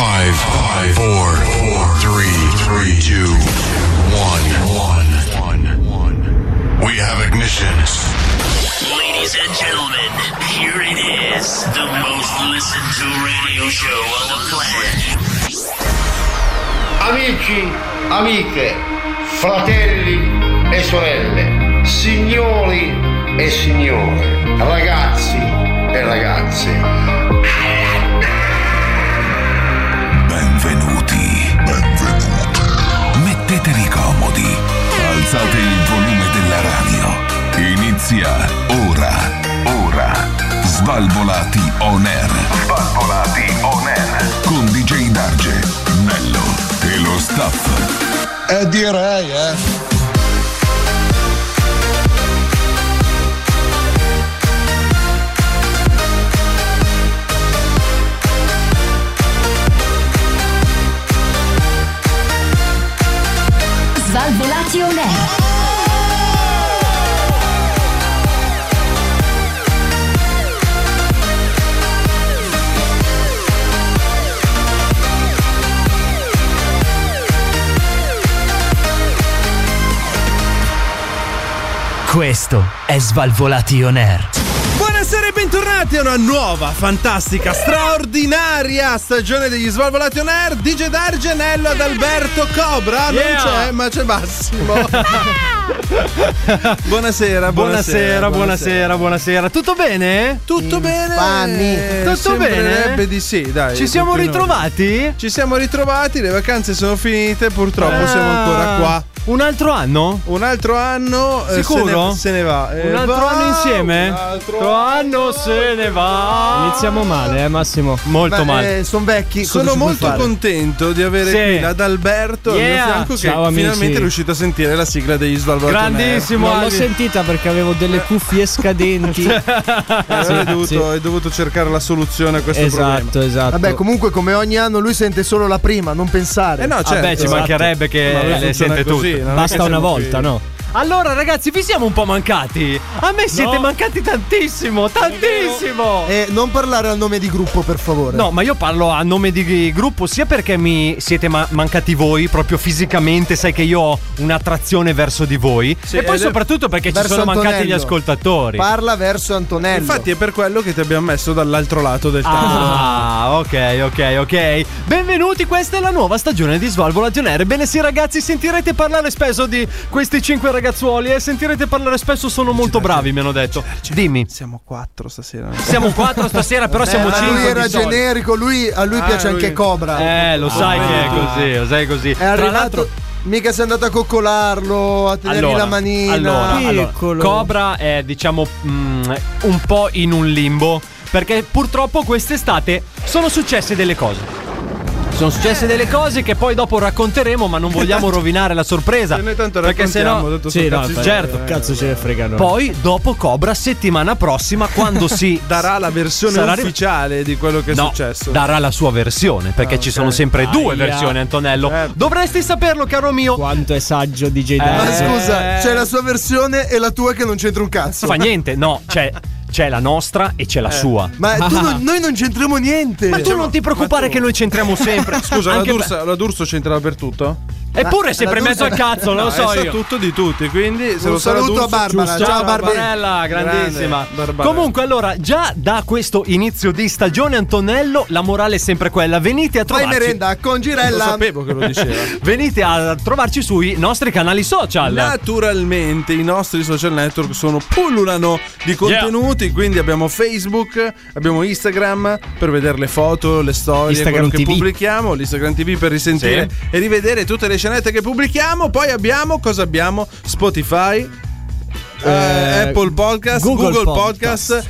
5, 4, 3, 2, 1. We have ignition. Ladies and gentlemen, here it is, the most listened to radio show on the planet. Amici, amiche, fratelli e sorelle, signori e signore, ragazzi e ragazze. Benvenuti. Mettetevi comodi. Alzate il volume della radio. Inizia ora. Svalvolati on air. Con DJ Darge, Nello e lo staff. Direi, Svalvolati on air. Questo è Svalvolati on air. Buonasera e bentornati a una nuova, fantastica, straordinaria stagione degli Svalvolati on air. DJ Darge, Nello ad Alberto Cobra. Non c'è, ma c'è Massimo. Buonasera. Tutto bene? Tutto bene? Tutto bene? Di sì, dai. Ci siamo ritrovati? Ci siamo ritrovati, le vacanze sono finite, purtroppo siamo ancora qua. Un altro anno? Un altro anno. Sicuro? Se ne va. Un altro anno insieme? Un altro anno se ne va. Iniziamo male, Massimo. Molto male. Sono vecchi. Sono molto contento di avere qui l'Adalberto al mio fianco, Ciao, che amici. finalmente è riuscito a sentire la sigla degli Svalvolati. Grandissimo. Non l'ho sentita perché avevo delle cuffie scadenti. Hai dovuto cercare la soluzione a questo problema. Esatto. Vabbè, comunque come ogni anno lui sente solo la prima, non pensare. No, certo. Vabbè, ci mancherebbe che le sente così, tutte. Basta una volta, no? Allora ragazzi, vi siamo un po' mancati. A me siete mancati tantissimo. Non parlare al nome di gruppo, per favore. No, ma io parlo a nome di gruppo sia perché mi siete mancati voi proprio fisicamente, sai che io ho un'attrazione verso di voi, e poi soprattutto perché ci sono mancati gli ascoltatori. Parla verso Antonello. Infatti è per quello che ti abbiamo messo dall'altro lato del tavolo. Ah, ok. Benvenuti, questa è la nuova stagione di Svalvolati on air. Ebbene sì ragazzi, sentirete parlare spesso di questi 5 ragazzuoli e sentirete parlare spesso, sono molto bravi, mi hanno detto. Dimmi. Siamo 4 stasera. Siamo 4 stasera, però siamo 5. Lui era generico, a lui piace anche Cobra. Lo sai che è così, È arrivato. Mica sei andato a coccolarlo, a tenergli la manina. Allora, Cobra è diciamo un po' in un limbo, perché purtroppo quest'estate sono successe delle cose. Sono successe delle cose che poi dopo racconteremo, ma non vogliamo rovinare la sorpresa. Noi tanto perché sennò certo, cazzo ce ne fregano. Poi dopo Cobra settimana prossima, quando si darà la versione ufficiale di quello che è successo. Darà la sua versione, perché ci sono sempre due versioni, Antonello. Certo. Dovresti saperlo, caro mio. Quanto è saggio DJ Ma Darge. scusa, c'è la sua versione e la tua che non c'entra un cazzo. Fa niente, no, c'è la nostra e c'è la sua. Ma noi non c'entriamo niente. Ma tu non ti preoccupare che noi c'entriamo sempre. Scusa, la D'Urso c'entra dappertutto? Eppure è sempre in mezzo al cazzo, non lo so io. Tutto di tutti, quindi se Un lo sa la saluto D'Urso, a Barbara. Ciao Barbarella, grandissima. Barbarella. Comunque allora, già da questo inizio di stagione, Antonello, la morale è sempre quella: venite a Fai trovarci. merenda con Lo Girella. sapevo che lo diceva. Venite a trovarci sui nostri canali social. Naturalmente i nostri social network pullulano di contenuti, quindi abbiamo Facebook, abbiamo Instagram per vedere le foto, le storie, Instagram quello che TV. pubblichiamo, l'Instagram TV per risentire e rivedere tutte le scenette che pubblichiamo. Poi abbiamo Spotify, Apple Podcast, Google Podcast,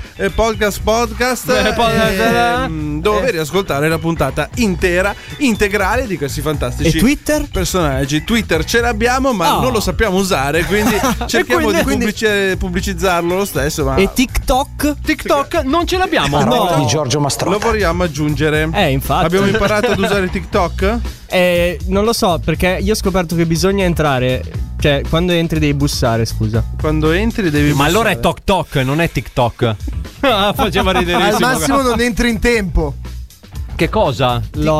dove riascoltare la puntata integrale di questi fantastici E Twitter? personaggi. Twitter ce l'abbiamo, ma non lo sappiamo usare, quindi cerchiamo di pubblicizzarlo lo stesso. Ma E TikTok non ce l'abbiamo. No. Di Giorgio Mastrota. lo vogliamo aggiungere. Infatti. Abbiamo imparato ad usare TikTok? Non lo so, perché io ho scoperto che bisogna entrare. Cioè, quando entri devi bussare, scusa. Quando entri devi Ma allora è bussare. Tok non è TikTok. Faceva riderissimo. Al massimo non entri in tempo. Che cosa? LOL.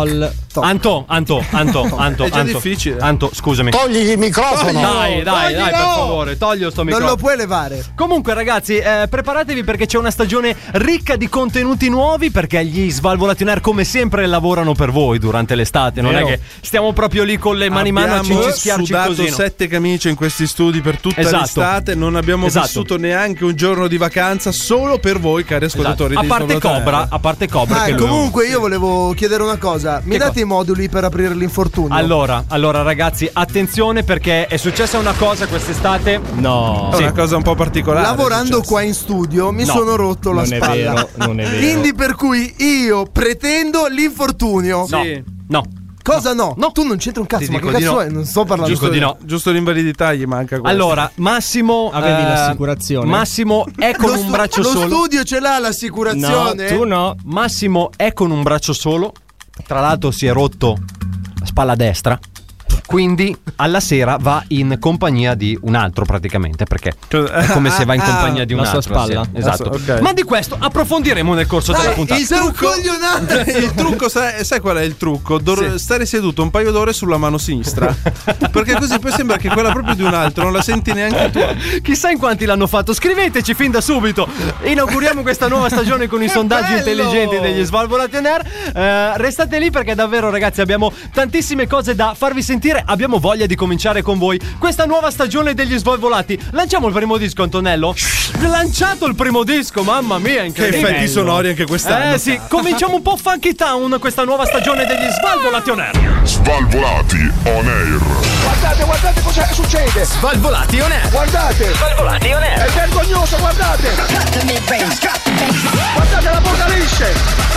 Anto. È già difficile. Anto, scusami. Togli il microfono. Dai, per favore, toglio sto microfono. Non lo puoi levare. Comunque, ragazzi, preparatevi perché c'è una stagione ricca di contenuti nuovi. Perché gli Svalvolati On Air, come sempre, lavorano per voi durante l'estate. Non è che stiamo proprio lì con le mani in mano a cincischiarci così. così. Abbiamo 7 camicie in questi studi per tutta l'estate. Non abbiamo vissuto neanche un giorno di vacanza solo per voi, cari ascoltatori. A parte Cobra. Che comunque io volevo chiedere una cosa. Mi date i moduli per aprire l'infortunio? Allora, ragazzi, attenzione perché è successa una cosa quest'estate. No. È una cosa un po' particolare. Lavorando qua in studio mi sono rotto la spalla. Non è vero. Quindi per cui io pretendo l'infortunio. No. Cosa no? Tu non c'entri un cazzo, ma che cazzo è? Non sto parlando. Giusto di no. Giusto l'invalidità gli manca questo. Allora, Massimo avevi l'assicurazione. Massimo è con un braccio solo. Lo studio ce l'ha l'assicurazione? No, tu no. Massimo è con un braccio solo. Tra l'altro si è rotto la spalla destra. Quindi alla sera va in compagnia di un altro praticamente, perché è come se va in compagnia di un altro. La sua spalla. Sì, esatto. Okay. Ma di questo approfondiremo nel corso della puntata. Il trucco, sai qual è il trucco? Stare seduto un paio d'ore sulla mano sinistra. Perché così poi sembra che quella proprio di un altro non la senti neanche tu. Chissà in quanti l'hanno fatto. Scriveteci fin da subito. Inauguriamo questa nuova stagione con i sondaggi intelligenti degli Svalvolati On Air. Restate lì perché davvero, ragazzi, abbiamo tantissime cose da farvi sentire. Abbiamo voglia di cominciare con voi questa nuova stagione degli Svalvolati. Lanciamo il primo disco, Antonello. Lanciato il primo disco, mamma mia, incredibile. Che effetti sonori anche quest'anno. Sì, cominciamo un po' funky town questa nuova stagione degli Svalvolati On Air. Svalvolati On Air. Guardate cosa succede. Svalvolati On Air. Guardate. Svalvolati On Air. È vergognoso, guardate. Guardate l'Apocalisse.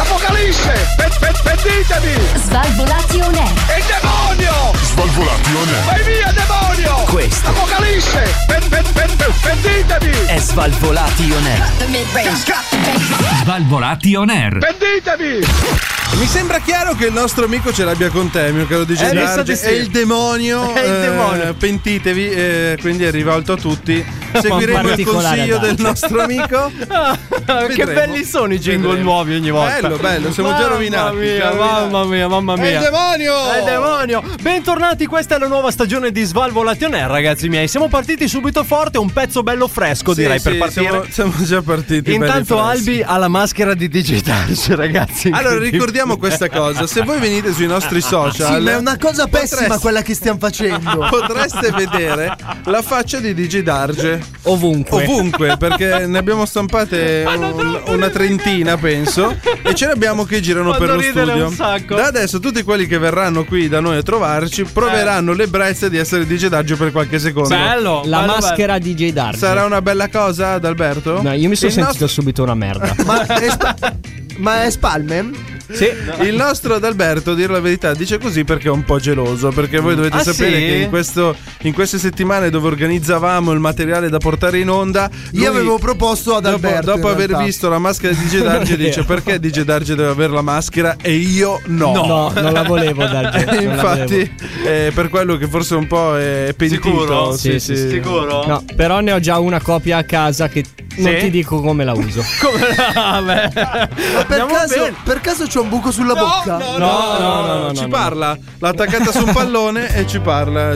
Pentitevi. Svalvolati On Air. È il demonio. Svalvolati On Air. Vai via, demonio. Questo Apocalisse. Pentitevi. è Svalvolati On Air. Svalvolati On Air. Pentitevi. Mi sembra chiaro che il nostro amico ce l'abbia con te, mio caro DJ Darge. È il demonio. È il demonio. Pentitevi, quindi è rivolto a tutti. Seguiremo il consiglio del nostro amico. Che belli sono i jingle nuovi ogni volta. Bello, siamo già rovinati. Mamma mia. È il demonio. Bentornati, questa è la nuova stagione di Svalvolati On Air, ragazzi miei. Siamo partiti subito forte, un pezzo bello fresco, direi, per partire. Siamo già partiti. Intanto Albi ha la maschera di DJ Darge, ragazzi. Allora, ricordiamo questa cosa. Se voi venite sui nostri social, sì, ma è una cosa pessima quella che stiamo facendo. Potreste vedere la faccia di DJ Darge ovunque, perché ne abbiamo stampate una trentina, penso, e ce ne abbiamo che girano per lo studio. Da adesso tutti quelli che verranno qui da noi a trovarci proveranno l'ebbrezza di essere DJ Darge per qualche secondo. Bello. La maschera DJ Darge. Sarà una bella cosa, Adalberto? No, io mi sono sentito subito una merda. Ma è spalme? Sì. Il nostro Adalberto, a dire la verità, dice così perché è un po' geloso. Perché voi dovete sapere che in queste settimane dove organizzavamo il materiale da portare in onda, io avevo proposto ad Alberto. Dopo aver visto la maschera di DJ Darge, dice: perché DJ Darge deve avere la maschera e io no? No, non la volevo, Darge. Infatti, per quello che forse un po' è pentito. Sicuro? Sì. Sicuro? No, però ne ho già una copia a casa che non ti dico come la uso. Ma per caso c'ho un buco sulla bocca? No, ci parla. L'ha attaccata su un pallone e ci parla.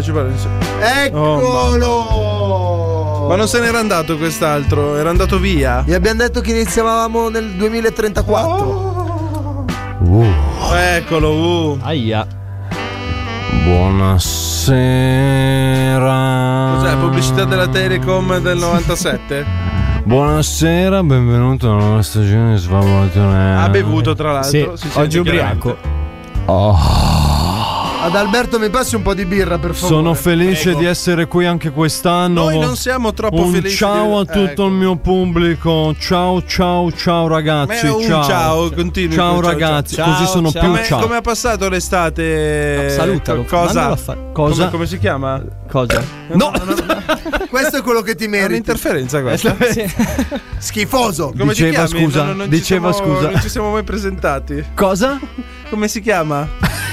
Eccolo! Ma non se n'era andato quest'altro, era andato via. Vi abbiamo detto che iniziavamo nel 2034. Eccolo. Aia. Buonasera. Cos'è, pubblicità della Telecom del 97? Buonasera, benvenuto alla nuova stagione di Svalvolati On Air. Ha bevuto, tra l'altro. Sì, oggi ubriaco. Ad Alberto mi passi un po' di birra, per favore. Sono felice di essere qui anche quest'anno. Noi non siamo troppo felici. Ciao a tutto il mio pubblico. Ciao ragazzi. Ciao, continui. Ciao ragazzi, così sono più ciao. Come è passato l'estate? Salutalo. Cosa? Cosa? Come si chiama? Cosa? No. Questo è quello che ti meriti. È un'interferenza questa. Schifoso. Come diceva ti chiami? scusa. Non ci siamo mai presentati. Cosa? Come si chiama?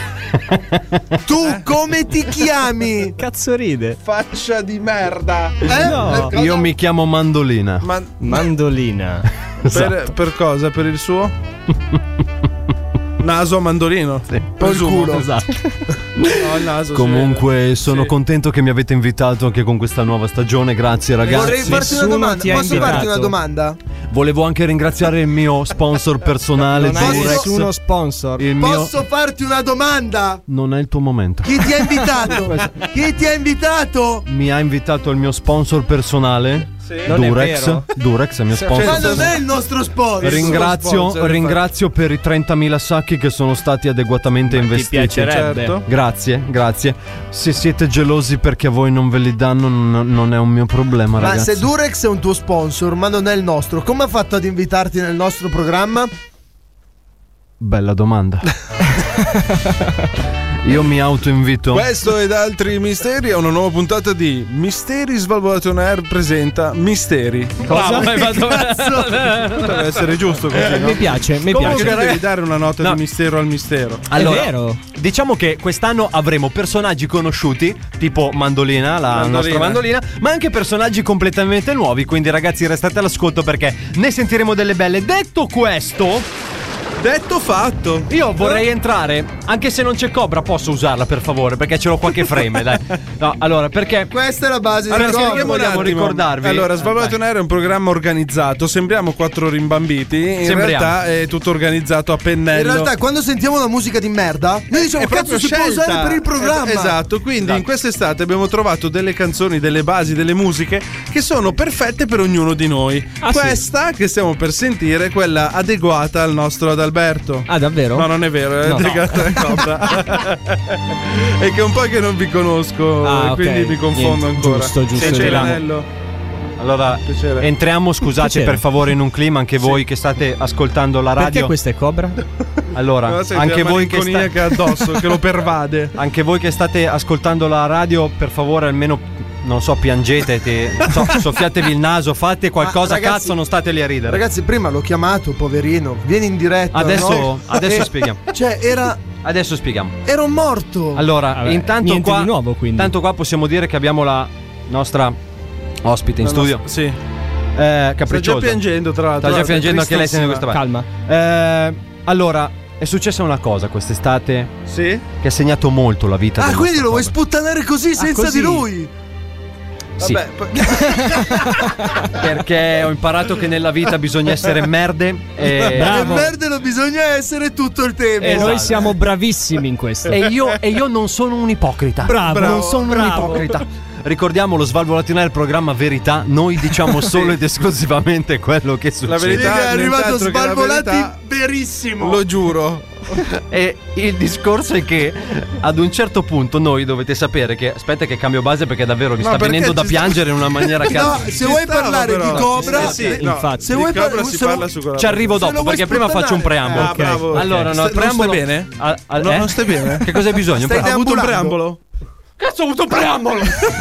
Tu come ti chiami? Cazzo ride. Faccia di merda. No. Io mi chiamo Mandolina. Mandolina. Per cosa? Per il suo? naso a mandolino. Sì. Poi il culo. Esatto. No, il naso. Comunque sono contento che mi avete invitato anche con questa nuova stagione. Grazie ragazzi. Vorrei farti una domanda. Posso farti una domanda? Volevo anche ringraziare il mio sponsor personale. Non hai Durex. nessuno sponsor. Posso farti una domanda? Non è il tuo momento. Chi ti ha invitato? Chi ti ha invitato? Mi ha invitato il mio sponsor personale. Sì. Non è Durex. vero. Durex è il mio sponsor. Ma non è il nostro sponsor. Ringrazio per i 30.000 sacchi che sono stati adeguatamente investiti. Ti piacerebbe. Certo. Grazie. Se siete gelosi perché a voi non ve li danno, non è un mio problema, Ma ragazzi. se Durex è un tuo sponsor, ma non è il nostro, come ha fatto ad invitarti nel nostro programma? Bella domanda. Io mi autoinvito. Questo ed altri misteri è una nuova puntata di Misteri Svalvolati on Air presenta Misteri. Cosa? Deve essere giusto così, no? Mi piace. Comunque devi dare una nota No. di mistero al mistero. Allora, È vero. diciamo che quest'anno avremo personaggi conosciuti, tipo Mandolina, la nostra Mandolina, ma anche personaggi completamente nuovi. Quindi, ragazzi, restate all'ascolto perché ne sentiremo delle belle. Detto fatto. Io vorrei entrare, anche se non c'è Cobra, posso usarla per favore, perché ce l'ho qualche frame, dai. No, allora, perché Questa è la base Allora, di spieghiamo un vogliamo attimo. ricordarvi. Allora, Svalvolati on Air è un programma organizzato. Sembriamo 4 rimbambiti. In Sembriamo. realtà è tutto organizzato a pennello. In realtà, quando sentiamo una musica di merda, noi diciamo: è proprio cazzo, si può usare per il programma. Esatto, quindi in quest'estate abbiamo trovato delle canzoni, delle basi, delle musiche che sono perfette per ognuno di noi. Questa che stiamo per sentire è quella adeguata al nostro Adalberto. Ah, davvero? No, non è vero, è No. adeguata a Cobra. È che è un po' che non vi conosco, Ah, ok. quindi mi confondo Niente, ancora. giusto, Piacere, entriamo. Anello. allora Piacere. entriamo, scusate Piacere. per favore, in un clima anche voi che state ascoltando la Perché radio. questa è Cobra? Allora, No, senti anche la voi che malinconia che ha addosso, che lo pervade. anche voi che state ascoltando la radio, per favore, almeno non so, piangete, soffiatevi il naso, fate qualcosa, ragazzi, cazzo, non state lì a ridere. Ragazzi, prima l'ho chiamato, poverino. Vieni in diretta. Adesso, no? adesso spieghiamo. Cioè, era un morto. Allora, Vabbè, intanto niente qua, di nuovo, quindi. intanto qua possiamo dire che abbiamo la nostra ospite in studio. Sì. Capricciosa. Sta già piangendo, tra l'altro. Sta già Guarda, piangendo anche lei sentendo questa Calma. Allora, è successa una cosa quest'estate Sì? che ha segnato molto la vita del Quindi nostro lo vuoi Cobra. sputtanare così, senza così? di lui? Sì. Vabbè, Perché ho imparato che nella vita bisogna essere merde e, E merda non bisogna essere tutto il tempo. E noi Esatto. siamo bravissimi in questo. e io non sono un ipocrita. Bravo, non sono un ipocrita. Ricordiamo lo Svalvolati on Air, il programma Verità. Noi diciamo solo ed esclusivamente quello che succede. La verità Mica è arrivato nient'altro che la Svalvolati verità. verissimo. Lo giuro. E il discorso è che ad un certo punto noi dovete sapere che aspetta che cambio base perché davvero mi No, sta perché venendo da ci piangere in una maniera No, cazzo. se vuoi stava, parlare però. di Cobra, Sì, no, infatti. se vuoi di Cobra par- si se parla vuoi- su Cobra. Ci arrivo Se dopo lo vuoi perché prima faccio un preambolo. Ah, bravo. ok. Allora, no, il Non preambolo. stai bene? Non stai bene? Che cosa hai bisogno? Stai Ha avuto un deambulando? preambolo? Cazzo, ho avuto un preambolo!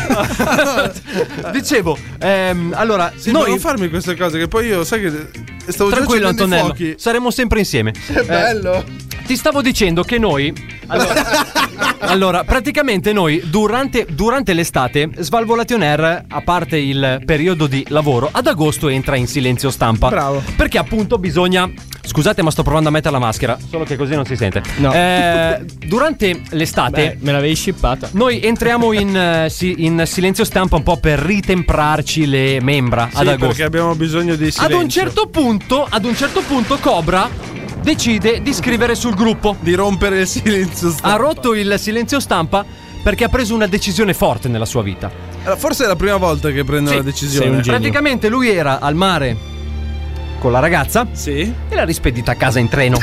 Dicevo, allora, Sì, noi. non farmi queste cose che poi io, sai che stavo Tranquillo, già accendendo i Antonello, fuochi. saremo sempre insieme. È bello. Ti stavo dicendo che noi. Allora, praticamente noi durante l'estate, Svalvolati on Air, a parte il periodo di lavoro, ad agosto entra in silenzio stampa. Bravo. Perché appunto bisogna. Scusate, ma sto provando a mettere la maschera, solo che così non si sente. No. Durante l'estate. Me l'avevi shippata. Noi entriamo in silenzio stampa un po' per ritemprarci le membra ad Sì, agosto. perché abbiamo bisogno di silenzio. Ad un certo punto Cobra decide di scrivere sul gruppo. Di rompere il silenzio stampa. Ha rotto il silenzio stampa perché ha preso una decisione forte nella sua vita. Allora, forse è la prima volta che prendo Sì, la decisione. sei un genio. Praticamente lui era al mare con la ragazza Sì. e l'ha rispedita a casa in treno.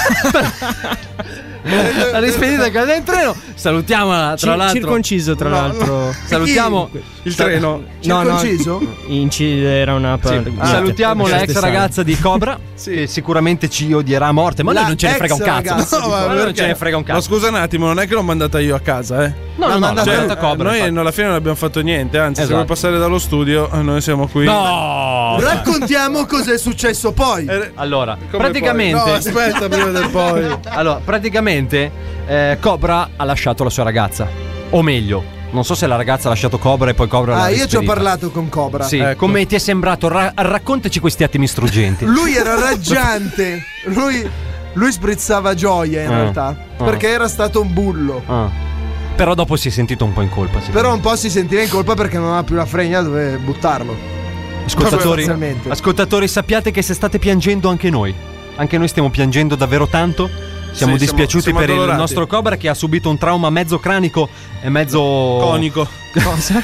L'ha rispedita a casa in treno. Salutiamola, tra l'altro. Circonciso, tra l'altro. Salutiamo Il treno. Circonciso? Era una parte. Salutiamo la ex Lasciate ragazza di Cobra, che sicuramente ci odierà a morte, ma La noi non ce ne frega un ex cazzo. ragazza No, ma Ma noi non perché? ce ne frega un Ma cazzo. scusa un attimo, non è che l'ho mandata io a casa, eh? No, l'ha mandata- mandata Cobra. noi infatti. alla fine non abbiamo fatto niente, anzi, se Esatto. vuoi passare dallo studio, noi siamo qui. No! Raccontiamo cos'è successo poi. Allora, Come praticamente. poi? No, aspetta prima del poi. Allora, praticamente Cobra ha lasciato la sua ragazza. O meglio, non so se la ragazza ha lasciato Cobra e poi Cobra l'ha Io ci ho rispedita. parlato con Cobra. Sì, Ecco. come ti è sembrato? Raccontaci questi attimi struggenti. Lui era raggiante. lui sbrizzava gioia in realtà, perché era stato un bullo. Però dopo si è sentito un po' in colpa. Però un po' si sentiva in colpa perché non aveva più la fregna dove buttarlo. Ascoltatori, sappiate che se state piangendo anche noi stiamo piangendo davvero tanto. Siamo dispiaciuti siamo per addolorati. Il nostro Cobra che ha subito un trauma mezzo cranico e mezzo conico. Cosa?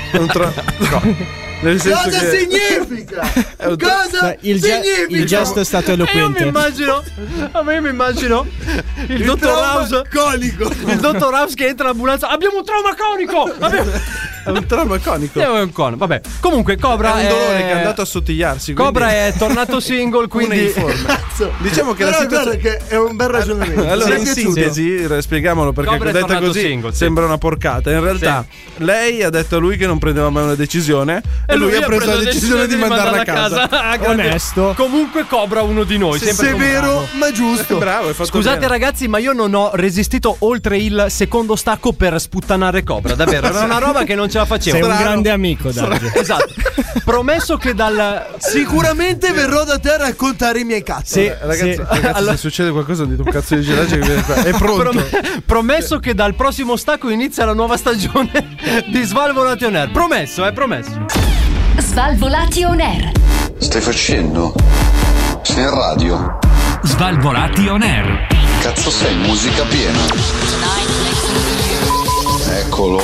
Nel senso cosa significa? Cosa significa? Il gesto è stato eloquente. A me mi immagino il dottor House conico. Il dottor House che entra all'ambulanza. Abbiamo un trauma conico. È un trauma conico. Vabbè. Comunque Cobra è un dolore che è andato a sottigliarsi. Cobra è tornato single, quindi diciamo che la situazione che è un bel ragionamento. Allora in sintesi, spieghiamolo perché detta così single, sembra una porcata. In realtà lei ha detto a lui che non prendeva mai una decisione e lui ha preso la decisione di mandarla a casa. Onesto. Comunque Cobra uno di noi, severo ma giusto. Bravo, hai fatto Scusate bene. Ragazzi, ma io non ho resistito oltre il secondo stacco per sputtanare Cobra. Davvero, era una roba che non ce la facevo. Sei un grande amico, Dario. Esatto. Promesso che sicuramente verrò da te a raccontare i miei cazzi. Ragazzi, se succede qualcosa dite un cazzo di giraggi che viene qua. È pronto. Promesso che dal prossimo stacco inizia la nuova stagione di Svalvolati on Air. Promesso. Svalvolati on Air. Stai facendo? Sei in radio? Svalvolati on Air. Cazzo sei, musica piena. Eccolo.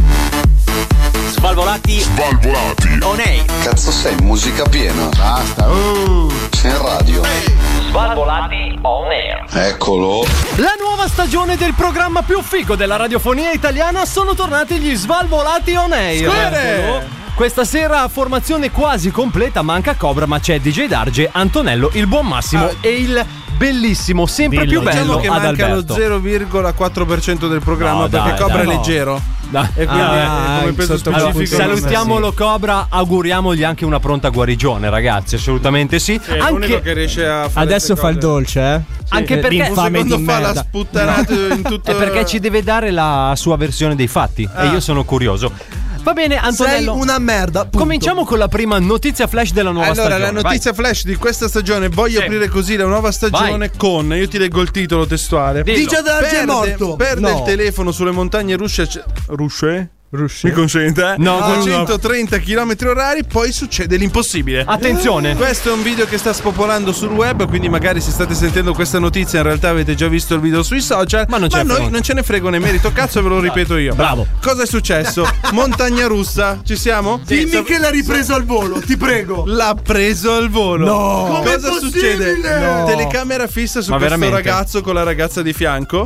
Svalvolati on Air. Cazzo sei, musica piena. Basta. Sei in radio. Svalvolati on Air. Eccolo. La nuova stagione del programma più figo della radiofonia italiana, sono tornati gli Svalvolati on Air. Questa sera formazione quasi completa, manca Cobra ma c'è DJ Darge, Antonello, il buon Massimo e il bellissimo, sempre più bello che manca Adalberto. lo 0,4% del programma perché Cobra è leggero. E quindi come peso specifico salutiamolo Cobra, auguriamogli anche una pronta guarigione, ragazzi, assolutamente sì. È l'unico che riesce a fare adesso fa il dolce, anche perché l'infame di fa merda. la sputtanata in tutto. È perché ci deve dare la sua versione dei fatti e io sono curioso. Va bene, Antonello. Sei una merda. Punto. Cominciamo con la prima notizia flash della nuova stagione. Allora, la notizia flash di questa stagione. Voglio aprire così la nuova stagione con. Io ti leggo il titolo testuale. DJ Darge è morto. Perde il telefono sulle montagne russe. Mi consente? No, a 130 km/h, poi succede l'impossibile. Attenzione. Questo è un video che sta spopolando sul web, quindi magari se state sentendo questa notizia in realtà avete già visto il video sui social, ma noi non ce ne frego ne merito cazzo, ve lo ripeto io. Bravo. Cosa è successo? Montagna russa, ci siamo? Dimmi che l'ha ripreso al volo, ti prego. L'ha preso al volo. No. Cosa succede? No. Telecamera fissa su questo veramente? ragazzo con la ragazza di fianco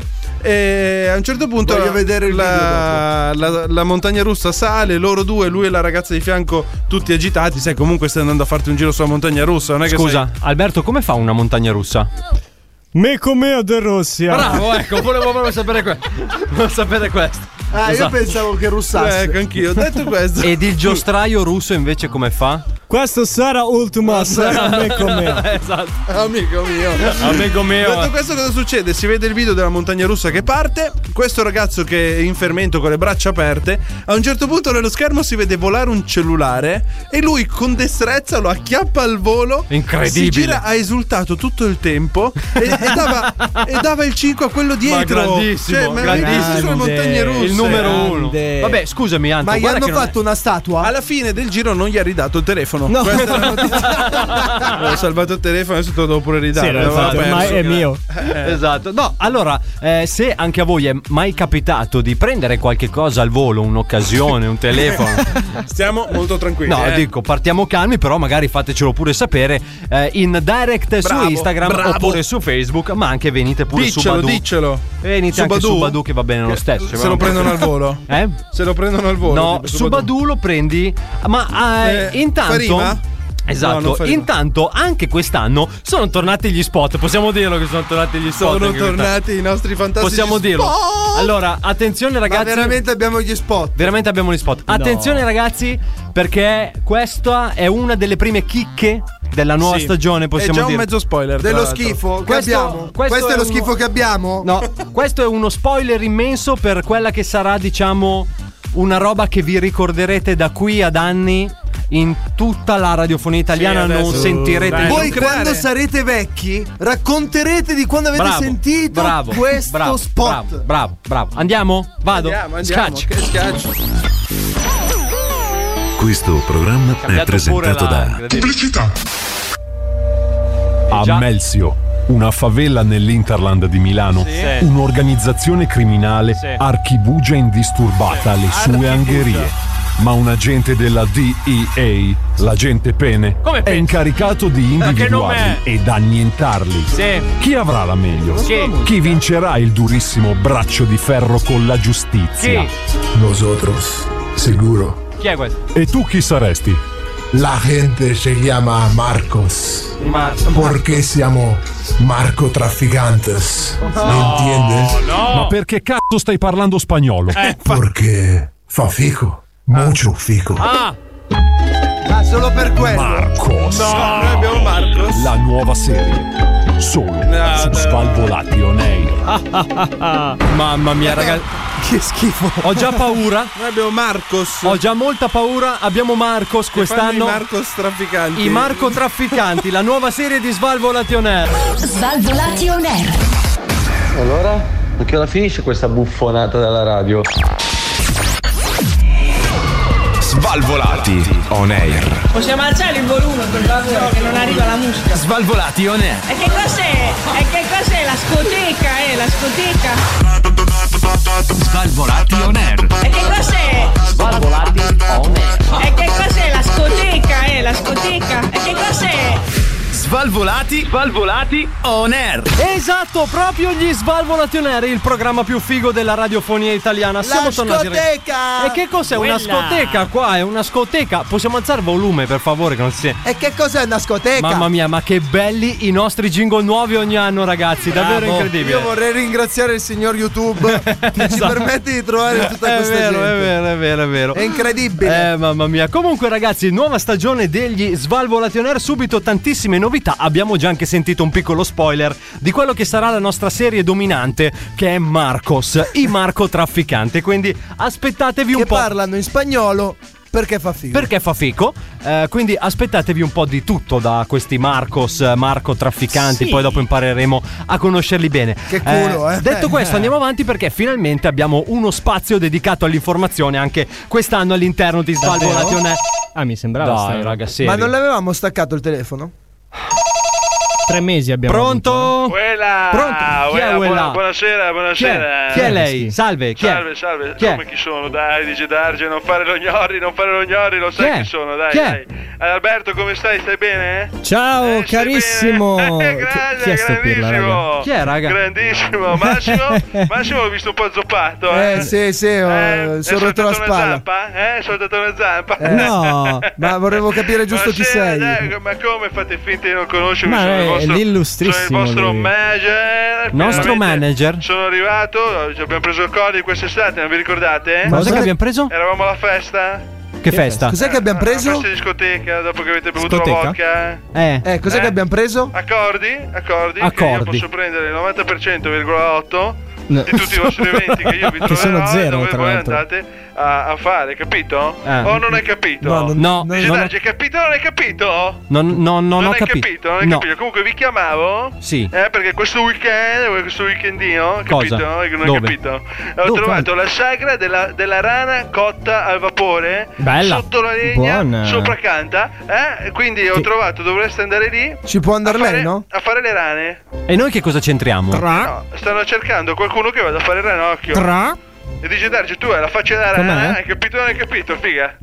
e a un certo punto voglio vedere il la montagna russa sale, loro due, lui e la ragazza di fianco tutti agitati, sai comunque stai andando a farti un giro sulla montagna russa, non è che Scusa, Alberto, come fa una montagna russa? Me come de Russia. Bravo, ecco, volevo proprio sapere questo. Io pensavo che russasse. Ecco, anch'io ho detto questo. Ed il giostraio russo invece come fa? Questo sarà ultima, sarà me come. Esatto. Amico mio. Amico mio. Detto questo, cosa succede? Si vede il video della montagna russa che parte. Questo ragazzo che è in fermento con le braccia aperte. A un certo punto nello schermo si vede volare un cellulare e lui con destrezza lo acchiappa al volo. Incredibile. Si gira, ha esultato tutto il tempo e dava il 5 a quello dietro. Ma grandissimo, grandissimo. Sulle montagne russe. Il numero uno. Vabbè, scusami, Anto. Ma gli hanno fatto una statua? Alla fine del giro non gli ha ridato il telefono. No. Questa è la notizia. Ho salvato il telefono, adesso te lo devo pure ridare. Sì, ormai è mio. Esatto. No, allora, se anche a voi è mai capitato di prendere qualche cosa al volo, un'occasione, un telefono, stiamo molto tranquilli. No, dico, partiamo calmi, però magari fatecelo pure sapere in direct su Instagram oppure su Facebook, ma anche venite pure su Badoo. Diccelo. Venite anche su Badoo che va bene lo stesso. Se lo prendono al volo? Se lo prendono al volo? No, su Badoo lo prendi, ma intanto Farima? Esatto, No, intanto anche quest'anno sono tornati gli spot. Possiamo dirlo che sono tornati gli spot. Sono tornati i nostri fantastici Possiamo dirlo. spot. Allora, attenzione ragazzi. Ma veramente abbiamo gli spot. Veramente abbiamo gli spot. Attenzione ragazzi, perché questa è una delle prime chicche della nuova stagione, possiamo dire. È già un mezzo spoiler dello schifo che abbiamo. Questo è lo schifo che abbiamo? No, questo è uno spoiler immenso per quella che sarà, diciamo, una roba che vi ricorderete da qui ad anni in tutta la radiofonia italiana non sentirete. Voi quando sarete vecchi racconterete di quando avete sentito questo spot. Bravo. Andiamo? Vado? Andiamo. Scaccio. Che schiaccio. Questo programma è presentato da Pubblicità. Ammelsio, una favela nell'Interland di Milano, un'organizzazione criminale archibugia indisturbata le sue angherie. Ma un agente della DEA, l'agente Pene, è incaricato di individuarli ed annientarli. Chi avrà la meglio? Chi vincerà il durissimo braccio di ferro con la giustizia? Nosotros, seguro. Chi è questo? E tu chi saresti? La gente se llama Marcos. Porque siamo narcotraficantes. ¿Me entiendes? Ma perché cazzo stai parlando spagnolo? Porque fa fico. Mucho fico. Solo per quello. Marcos. Noi abbiamo Marcos. La nuova serie. Solo su Svalvolati on Air. Mamma mia, ragazzi. Che schifo. Ho già paura. Noi abbiamo Marcos. Ho già molta paura. Abbiamo Marcos quest'anno. I Marcos trafficanti. I Marco trafficanti. La nuova serie di Svalvolati on Air. Svalvolati on Air. Allora? A che ora finisce questa buffonata della radio? Svalvolati on Air. Possiamo alzare il volume per favore che non arriva la musica. Svalvolati on Air. E che cos'è? La scoteca, la scoteca. Svalvolati on Air. E che cos'è? Svalvolati on Air. E che cos'è la scoteca, la scoteca? E che cos'è? Svalvolati on Air. Esatto, proprio gli Svalvolati on Air, il programma più figo della radiofonia italiana. Siamo tornati. Scoteca! E che cos'è? Una scoteca qua, è una scoteca. Possiamo alzare il volume, per favore, che non si... E che cos'è una scoteca? Mamma mia, ma che belli i nostri jingle nuovi ogni anno, ragazzi. Davvero incredibile. Io vorrei ringraziare il signor YouTube che ci permette di trovare tutta questa gente. È vero. È incredibile. Mamma mia. Comunque, ragazzi, nuova stagione degli Svalvolati on Air, subito tantissime novità. Abbiamo già anche sentito un piccolo spoiler di quello che sarà la nostra serie dominante, che è Marcos, i Marco trafficanti. Quindi aspettatevi un po'. Che parlano in spagnolo perché fa figo. Quindi aspettatevi un po' di tutto da questi Marcos, Marco trafficanti. Poi dopo impareremo a conoscerli bene. Che culo, Detto questo, andiamo avanti perché finalmente abbiamo uno spazio dedicato all'informazione anche quest'anno all'interno di Svalvolati on Air. Mi sembrava. Dai, ragazzi. Ma non l'avevamo staccato il telefono? 3 mesi abbiamo Pronto? avuto. Pronto? Chi è quella? Buonasera. Chi è lei? Salve, chi è? Salve. Chi è? Come chi sono? Dai, dice Darge, non fare lo gnori, lo sai chi sono, dai. Chi è? Alberto, come stai? Stai bene? Ciao, carissimo. Grande, Chi è sto pirla, raga? Chi è, raga? Grandissimo. Massimo l'ho visto un po' zoppato. Sì, sono rotto la spalla. È saltato una zampa? No, ma volevo capire giusto chi sei. Ma come fate finta di non conoscermi? Ma è l'illustrissimo. Sono il vostro manager. Nostro manager? Sono arrivato, abbiamo preso il Codi quest'estate, non vi ricordate? Cosa che abbiamo preso? Eravamo alla festa. Che festa? Cos'è che abbiamo preso? Una festa di discoteca, dopo che avete bevuto la vodka. Cos'è che abbiamo preso? Accordi. Che io posso prendere il 90,8% di tutti i vostri eventi che io vi troverò. Che sono zero, dove tra voi l'altro. andate a fare, capito? O non hai capito? No. Hai capito o non hai capito? Non ho capito. Non hai capito. Comunque vi chiamavo. Sì. Perché questo weekendino, capito? Cosa? Non hai capito? Ho trovato la sagra della rana cotta al vapore. Bella. Sotto la legna, Buona. sopra canta. Quindi ho trovato, dovreste andare lì. Ci può andare lei, no? A fare le rane. E noi che cosa c'entriamo? No, stanno cercando qualcuno che vada a fare il ranocchio. E dice Darge, tu hai la faccia da rana, hai capito o non hai capito, figa?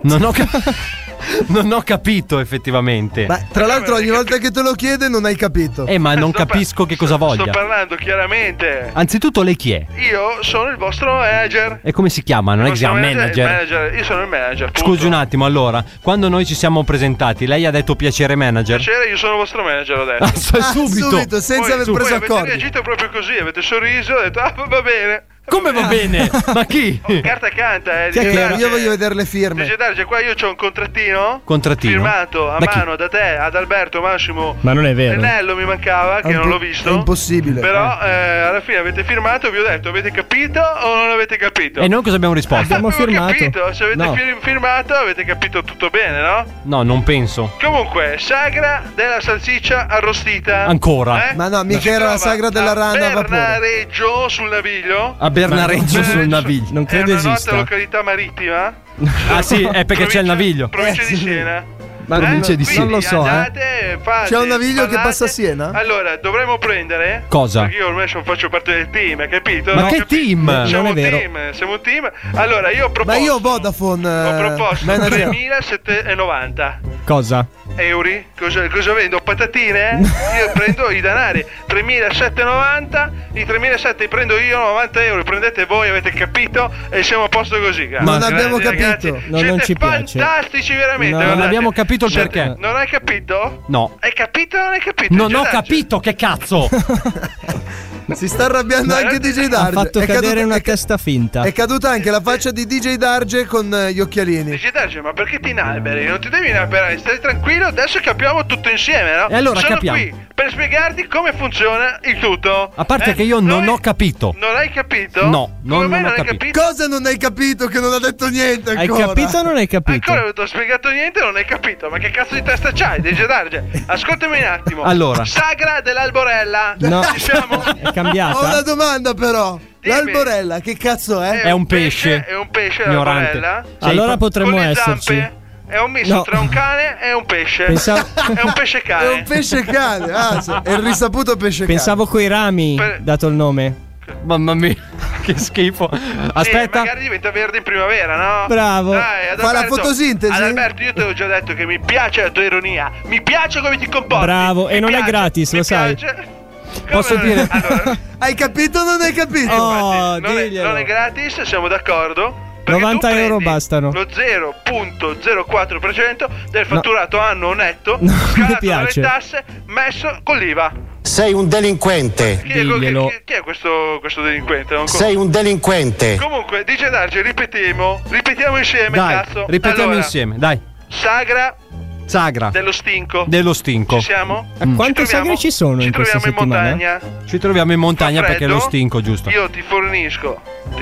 Non ho capito effettivamente. Ma tra l'altro ogni volta che te lo chiede non hai capito. Ma non capisco che cosa voglia. Sto parlando chiaramente. Anzitutto lei chi è? Io sono il vostro manager. E come si chiama? Non è che si chiama manager. Io sono il manager, punto. Scusi un attimo, allora, quando noi ci siamo presentati, lei ha detto piacere manager? Piacere, io sono il vostro manager, ho detto. Subito, senza aver preso accordi. Avete reagito proprio così, avete sorriso, avete detto va bene. Come va bene? Ma chi? Carta canta, Io voglio vedere le firme. Dice Darge, qua io c'ho un contrattino Da firmato a chi? mano da te, ad Alberto, Massimo. Ma non è vero. L'anello mi mancava, che non l'ho visto. È impossibile. Però alla fine avete firmato, vi ho detto, avete capito o non avete capito? E noi cosa abbiamo risposto? Abbiamo firmato. Capito? Se avete No. firmato avete capito tutto bene, no? No, non penso. Comunque, sagra della salsiccia arrostita. Ancora? Ma no, mica era la sagra della rana a vapore. Bernareggio sul Naviglio. A Bernareggio sul Naviglio. Non È credo una nota esista. località marittima. Ah sì, è perché c'è il Naviglio. Provincia di Siena. Ma Provincia di non lo so, andate, fate, C'è un naviglio che parlate. passa a Siena? Allora, dovremmo prendere. Cosa? Perché io ormai faccio parte del team, hai capito? Ma che team? Siamo Non è vero. Siamo un team. Allora, io ho proposto. Ma io Vodafone. Ho proposto manager. 3.790 Cosa? euro. Cosa vendo? Patatine? Io prendo i denari 3.790. I 3.700 li prendo io, 90 euro li prendete voi, avete capito? E siamo a posto così. Non Grazie, abbiamo ragazzi. capito. No, Siete non ci piace. fantastici, veramente. No, non guardate. abbiamo capito il Siete- perché. Non hai capito? No. Hai capito o non hai capito? Non ho Darge? capito, che cazzo! Si sta arrabbiando anche DJ Darge. Ha fatto È cadere caduta- una è- testa finta. È caduta anche la faccia di DJ Darge con gli occhialini. Dice Darge, ma perché ti inalberi? Non ti devi inalberare, stai tranquillo, adesso capiamo tutto insieme, no? E allora Sono capiamo. qui per spiegarti come funziona il tutto. A parte che io non ho capito. Non hai capito? No, Come non mai ho hai capito. Cosa non hai capito che non ha detto niente Hai ancora? capito o non hai capito? Ancora non ti ho spiegato niente, non hai capito. Ma che cazzo di testa c'hai, dice Darge? Ascoltami un attimo. Allora. Sagra dell'alborella. No. Ci siamo? È Ho una cambiata? domanda però. Dimmi. L'alborella che cazzo è? È un pesce. È un pesce Ignorante. l'alborella. Allora Con potremmo le esserci. zampe. È un misto No. tra un cane e un pesce. Pensavo- È un pesce cane. È un pesce cane. È il risaputo pesce cane. Pensavo coi rami, dato il nome. Mamma mia, che schifo. Aspetta. Magari diventa verde in primavera, no? Bravo. Dai, Fa la fotosintesi? Adalberto, io te l'ho già detto che mi piace la tua ironia. Mi piace come ti comporti. Bravo, e Mi non è piace, gratis, mi lo sai. piace. Posso Come dire? Allora, Hai capito o non hai capito? Oh, non è diglielo. gratis, siamo d'accordo. Perché 90 tu euro prendi bastano. Lo 0,04% del fatturato annuo netto, No, mi scalato piace. dalle tasse, messo con l'IVA. Sei un delinquente. Diglielo. Chi è questo delinquente? Non Sei un delinquente. Comunque, dice Darge, ripetiamo insieme, Dai, cazzo. ripetiamo Allora, insieme, dai. Sagra Dello dello stinco. stinco. Ci siamo? Quante sagre ci sono in questa settimana? montagna. Ci troviamo in montagna Fa perché freddo? lo stinco, giusto? Io ti fornisco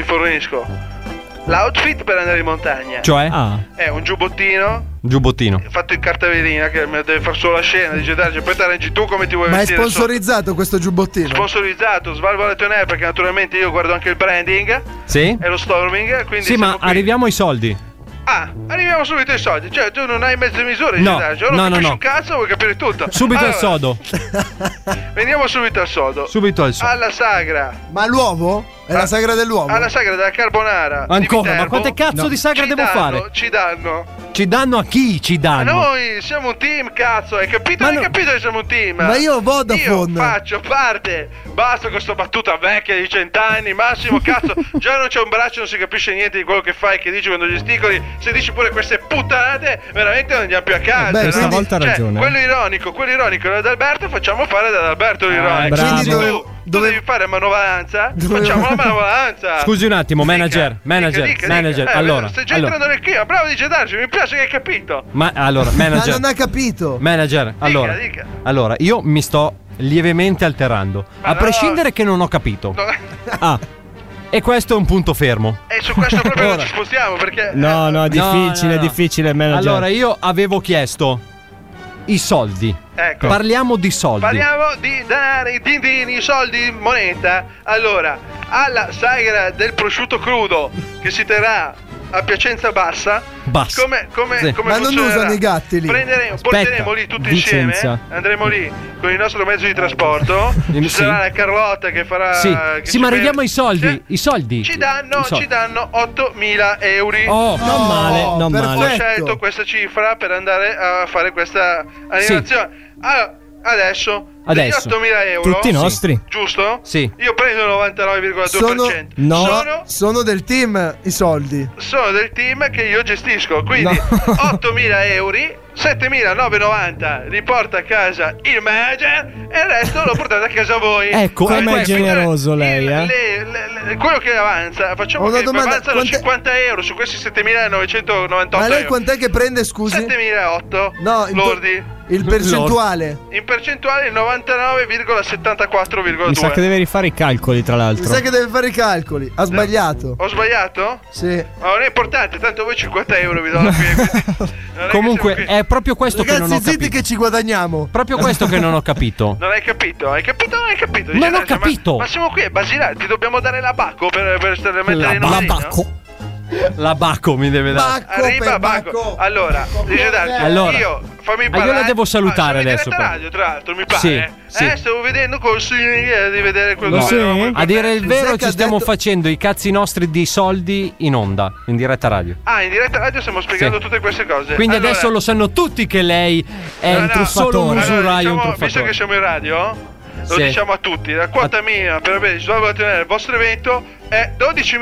l'outfit per andare in montagna. Cioè? È un giubbottino Giubbottino. fatto in cartavelina che deve fare solo la scena. Dice Darge, poi te la reggi tu come ti vuoi Ma è vestire. sponsorizzato questo giubbottino? Sponsorizzato, Svalvolation Air, perché naturalmente io guardo anche il branding Sì? e lo storming. Quindi Sì, ma siamo qui. arriviamo ai soldi. Arriviamo subito ai soldi. Cioè, tu non hai mezze misure, No, dice Darge. O non no, no, capisci no. un cazzo, vuoi capire tutto. Subito al Allora, sodo. Veniamo subito al sodo. Subito al sodo. Alla sagra. Ma l'uovo? È la sagra dell'uovo? Alla sagra della carbonara. di Ancora, ma Viterbo. quante cazzo di sagra devo fare? Ci danno. Ci danno a chi? Ci danno? Noi siamo un team, cazzo. Hai capito? Hai capito che siamo un team? Ma io ho Vodafone. Io faccio parte. Basta con questa battuta vecchia di 100 anni. Massimo, cazzo. Già non c'è un braccio, non si capisce niente di quello che fai, che dici quando gesticoli. Se dici pure queste puttanate, veramente non andiamo più a casa. Beh, no? stavolta ha ragione. Quello ironico ad Alberto, facciamo fare ad Alberto l'ironico. bravo. Quindi Quindi tu devi fare manovalanza. Facciamo la manovalanza. Scusi un attimo, manager. Dica. Allora, stai già allora. entrando nel clima. Bravo, dice Darge, mi piace che hai capito. Allora, Ma manager. non ha capito. Manager, allora. dica. Allora, io mi sto lievemente alterando. A no. prescindere che non ho capito. E questo è un punto fermo. E su questo proprio non ci spostiamo perché. No, è difficile, no. è difficile, manager. Allora, io avevo chiesto i soldi. Ecco. Parliamo di soldi. Parliamo di denari, dindini, soldi, moneta. Allora, alla sagra del prosciutto crudo che si terrà a Piacenza Bassa. Come Sì. Ma non funzionerà? usano i gatti lì. Porteremo lì tutti Vicenza. insieme. Andremo lì con il nostro mezzo di trasporto. Ci Sì. sarà la Carlotta che farà. Sì, che sì, ci ma per- arriviamo ai soldi. Sì. I soldi. Ci danno 8.000 euro. Oh, Non male, non perfetto. Ho male. scelto questa cifra per andare a fare questa animazione. Allora, adesso. Degli 8.000 euro. Tutti nostri. Giusto? Sì. Io prendo il 99,2%. Sono del team i soldi. Sono del team che io gestisco. Quindi 8.000 euro 7.990 li porta a casa il manager e il resto lo portate a casa voi. Ecco, com'è generoso lei, quello che avanza, facciamo che avanzano 50 euro su questi 7.998. Ma lei quant'è che prende, scusi? 7.008 no, lordi. Il percentuale? In percentuale il 99,74,2. Mi sa che deve rifare i calcoli, tra l'altro. Mi sa che deve fare i calcoli. Ha sbagliato. Ho sbagliato? Sì. Ma non è importante, tanto voi 50 euro vi do alla fine. Comunque è proprio questo che non ho capito. Zitti che ci guadagniamo. Proprio questo che non ho capito. Non hai capito? Hai capito o non hai capito? Non ho capito. Ma siamo qui a Basilare, ti dobbiamo dare la bacco per mettere in ordine. La bacco. La bacco mi deve dare. Arriva Bacco. Allora, io fammi parlare. Io la devo salutare adesso. Radio, tra l'altro, mi pare. Sì. Stavo vedendo di vedere quello che a dire il vero ci stiamo facendo i cazzi nostri di soldi in onda, in diretta radio. Ah, in diretta radio stiamo spiegando tutte queste cose. Quindi adesso lo sanno tutti che lei è un truffatore. Solo un usuraio, un truffatore. Visto che siamo in radio, lo diciamo a tutti, la quota mia per avere il vostro evento è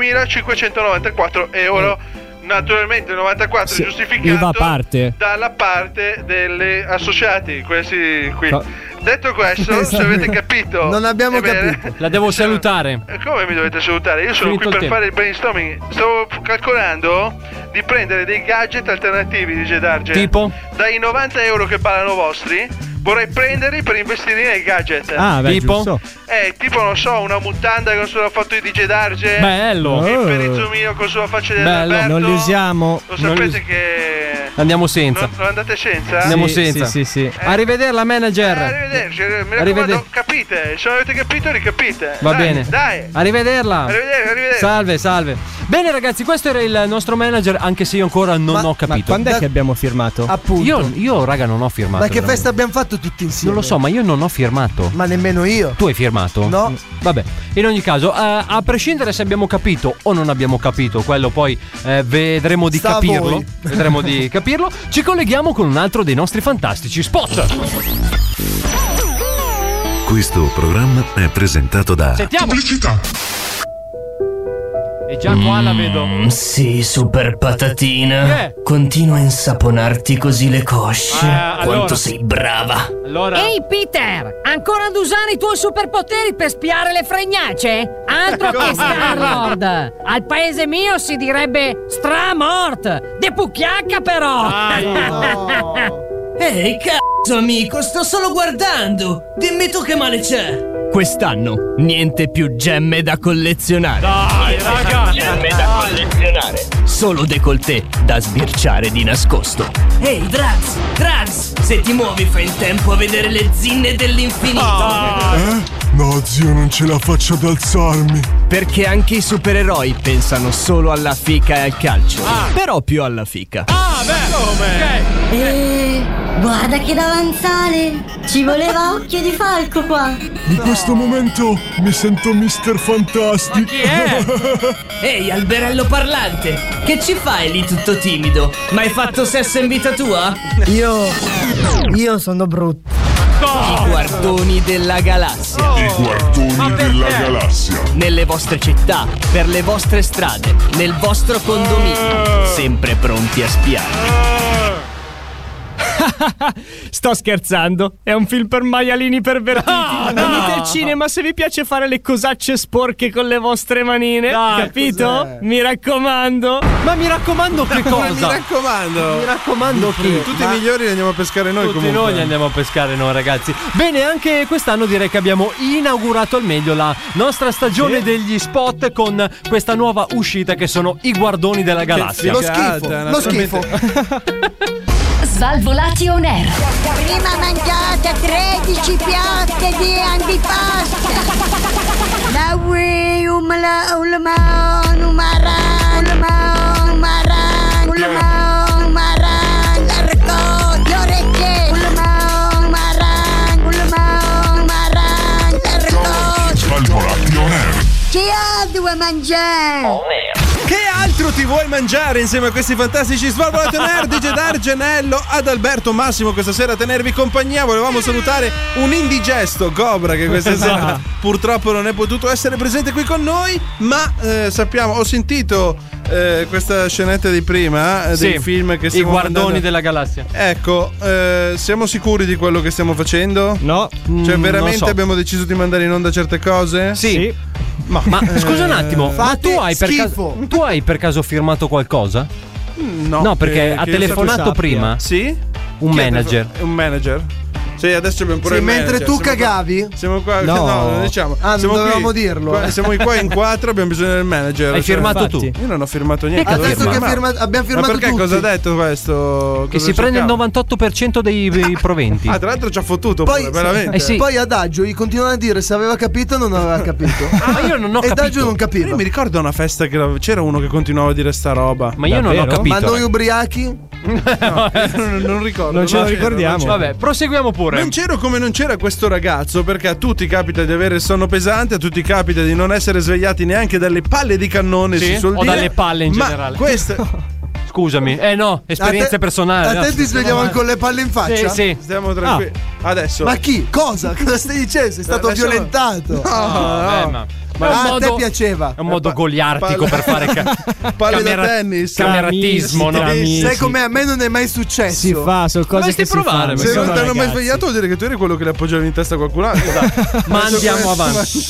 12.594 euro. Naturalmente 94 giustificato dalla parte delle associati, questi qui. Detto questo, se avete capito, non abbiamo capito. La devo salutare. Come mi dovete salutare? Io sono qui per fare il brainstorming. Stavo calcolando di prendere dei gadget alternativi di Gedarge. Tipo? Dai 90 euro che parlano vostri. Vorrei prenderli per investire nei gadget. Tipo? Tipo, non so, una mutanda con sulla foto di DJ Darge. Bello. Il perizzomino con sulla faccia di Alberto. Non li usiamo. Lo sapete che andiamo senza. Non andate senza? Andiamo senza. Sì. Arrivederla, manager. Arrivederci. Mi raccomando, capite. Se non avete capito, ricapite. Va bene. Dai. Arrivederla. Arrivederci. Salve. Bene ragazzi, questo era il nostro manager, anche se io ancora non ho capito. Ma quando è che abbiamo firmato? Appunto. Io raga non ho firmato. Ma che festa abbiamo fatto tutti insieme? Non lo so, ma io non ho firmato. Ma nemmeno io. Tu hai firmato? No. Vabbè, in ogni caso, a prescindere se abbiamo capito o non abbiamo capito, quello poi vedremo di capirlo. Vedremo di capirlo. Ci colleghiamo con un altro dei nostri fantastici spot. Questo programma è presentato da Pubblicità. E già qua la vedo. Sì, super patatina. Continua a insaponarti così le cosce. Quanto sei brava. Ehi Peter, ancora ad usare i tuoi superpoteri per spiare le fregnacce? Altro che Star-Lord. Al paese mio si direbbe Stramort. De pucchiacca però. Ehi cazzo amico, sto solo guardando. Dimmi tu che male c'è. Quest'anno niente più gemme da collezionare. Dai, raga! Gemme da collezionare. Solo décolleté da sbirciare di nascosto. Ehi Drax, se ti muovi fai in tempo a vedere le zinne dell'infinito. No zio, non ce la faccio ad alzarmi. Perché anche i supereroi pensano solo alla fica e al calcio. Però più alla fica. Guarda che davanzale. Ci voleva occhio di falco qua. In questo momento mi sento Mr. Fantastic. Ma chi è? Ehi alberello parlante, che ci fai lì tutto timido? Ma hai fatto sesso in vita tua? Io sono brutto. I guardoni della galassia. I guardoni della galassia. Nelle vostre città, per le vostre strade, nel vostro condominio. Sempre pronti a spiare. Sto scherzando, è un film per maialini pervertiti. Venite al cinema se vi piace fare le cosacce sporche con le vostre manine. Capito? Cos'è? Mi raccomando. Ma mi raccomando che cosa? Mi raccomando. Mi raccomando che tutti i migliori li andiamo a pescare noi. Tutti comunque. noi li andiamo a pescare noi ragazzi. Bene, anche quest'anno direi che abbiamo inaugurato al meglio la nostra stagione degli spot con questa nuova uscita che sono i guardoni della galassia. Lo schifo. Svalvolati on air. Prima mangiate 13 piatte di antipasto. La ui umala ulama umaran ulama umaran ulama umaran l'arco le orecchie ulama umaran l'arco. Svalvolati on air. Che ha due mangiare? Che altro ti vuoi mangiare insieme a questi fantastici Svalvolati on air? DJ Dargenello, Adalberto, Massimo questa sera a tenervi compagnia. Volevamo salutare un indigesto Cobra che questa sera purtroppo non è potuto essere presente qui con noi, ma sappiamo, ho sentito questa scenetta di prima dei film che stiamo i guardoni mandando. della galassia. Ecco, siamo sicuri di quello che stiamo facendo? No. Cioè veramente non so. Abbiamo deciso di mandare in onda certe cose? Sì. Ma scusa un attimo, ma tu hai per caso firmato qualcosa? No, perché ha telefonato prima. Sì? Un manager. Un manager? Sì, adesso abbiamo pure il mentre manager. tu cagavi? Siamo qua. No, non diciamo. Non dovevamo dirlo. Siamo qua in 4, abbiamo bisogno del manager. Hai firmato tu? Io non ho firmato niente. Ha detto che abbiamo firmato Ma perché tutti. cosa ha detto questo? Che si prende il 98% dei proventi. Tra l'altro ci ha fottuto Poi, pure, veramente. Poi Adagio gli continuano a dire se aveva capito o non aveva capito. Ma io non ho capito. capito. Adagio non capiva. Io mi ricordo una festa che c'era uno che continuava a dire sta roba. Ma io non ho capito. Ma noi ubriachi? No, non ricordo. Non ce lo ricordiamo. Vabbè, proseguiamo pure. Non c'ero come non c'era questo ragazzo, perché a tutti capita di avere il sonno pesante, a tutti capita di non essere svegliati neanche dalle palle di cannone, si suol o dire. dalle palle in Ma generale. Questo Scusami, no, esperienze personali. A te ti svegliavano con le palle in faccia? Sì. Stiamo tranquilli. Adesso. Ma chi? Cosa? Cosa stai dicendo? Sei stato Adesso- violentato. No. Ma a te piaceva? È un modo goliartico per fare palle da tennis. cameratismo, no? Sai com'è? A me non è mai successo. Si fa, sono cose che si fanno. Se non Sono ti hanno mai ragazzi. svegliato vuol dire che tu eri quello che le appoggiavi in testa a qualcun altro. Ma andiamo avanti.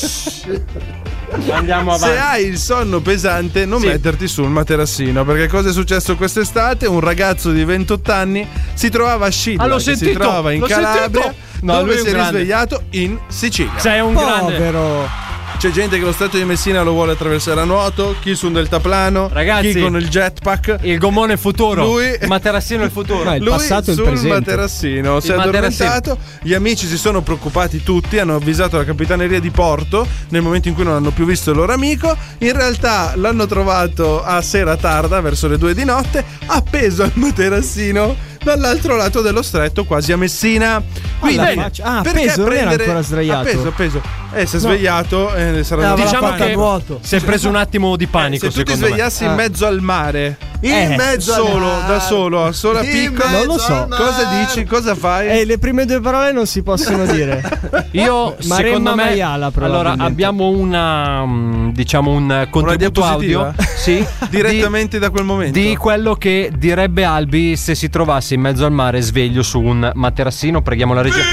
Andiamo avanti. Se hai il sonno pesante, non metterti sul materassino. Perché cosa è successo quest'estate? Un ragazzo di 28 anni si trovava a Scilla, l'ho che si sentito, trova in l'ho Calabria, sentito. No, lui dove è un si è grande. risvegliato in Sicilia. Sei un grande. Povero. C'è gente che lo stato di Messina lo vuole attraversare a nuoto, chi su un deltaplano, Ragazzi, chi con il jetpack. Il gommone è il futuro. Lui- Il materassino è il futuro. Ma il Lui passato e il sul presente. materassino si è materassino. addormentato. Gli amici si sono preoccupati tutti, hanno avvisato la capitaneria di porto nel momento in cui non hanno più visto il loro amico. In realtà l'hanno trovato a sera tarda, verso le 2 di notte, appeso al materassino dall'altro lato dello stretto, quasi a Messina. Quindi perché appeso, non era prendere ancora sdraiato. appeso. Si è svegliato e sarà Diciamo che si è preso un attimo di panico. se tu ti secondo me. svegliassi in mezzo al mare, In mezzo da solo, a sola In piccola, non lo mezzo so. al mare. cosa dici? Cosa fai? Le prime due parole non si possono dire. Io Maremma secondo me maiala, allora probabilmente. abbiamo un contributo diapositiva? audio sì, Direttamente da quel momento. di quello che direbbe Albi se si trovasse in mezzo al mare sveglio su un materassino. Preghiamo la regia.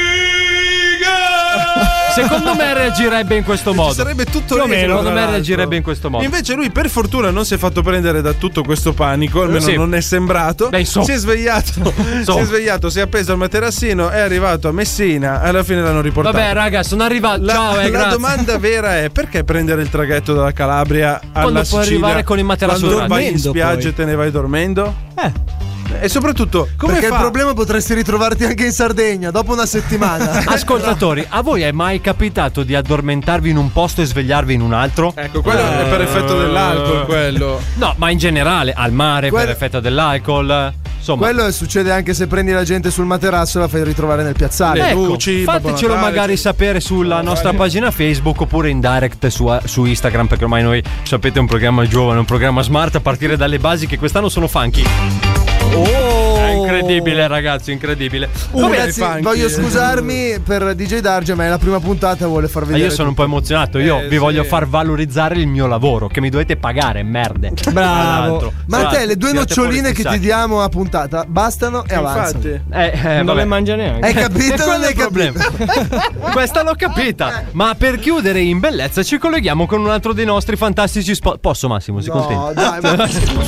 Secondo me reagirebbe in questo modo. Sarebbe tutto Più o reso, meno, secondo tra me l'altro. reagirebbe in questo modo. Invece lui per fortuna non si è fatto prendere da tutto questo panico, almeno Sì. non è sembrato. Beh, insomma. Si è svegliato, si è appeso al materassino, è arrivato a Messina e alla fine l'hanno riportato. Vabbè, raga, sono arrivato. Ciao, La grazie. domanda vera è: perché prendere il traghetto dalla Calabria alla Quando puoi Sicilia arrivare con il materasso quando vai in dormendo, spiaggia poi. e te ne vai dormendo? E soprattutto, come Perché fa? il problema potresti ritrovarti anche in Sardegna dopo una settimana. Ascoltatori, a voi è mai capitato di addormentarvi in un posto e svegliarvi in un altro? Ecco, quello è per effetto dell'alcol, quello. No, ma in generale, al mare, per effetto dell'alcol. Insomma, Quello succede anche se prendi la gente sul materasso e la fai ritrovare nel piazzale. ecco, luci, Babbo fatecelo Natale, magari sapere sulla nostra pagina Facebook oppure in direct su Instagram, perché ormai noi, sapete, è un programma giovane, un programma smart a partire dalle basi che quest'anno sono funky. È incredibile, ragazzi, incredibile. Ragazzi, funky. voglio scusarmi per DJ Darge, ma è la prima puntata e vuole far Ma vedere. io sono un po' emozionato, io vi voglio far valorizzare il mio lavoro, che mi dovete pagare, merde. Bravo. Ma a te le due tirate noccioline fuori che sti ti sacchi. diamo a puntata bastano e avanzano. Infatti. Non vabbè. le mangia neanche. Hai capito? E Non quello è hai il problema. Questa l'ho capita. Ma per chiudere in bellezza ci colleghiamo con un altro dei nostri fantastici spot. Posso, Massimo? Si contenti? No, dai, ma...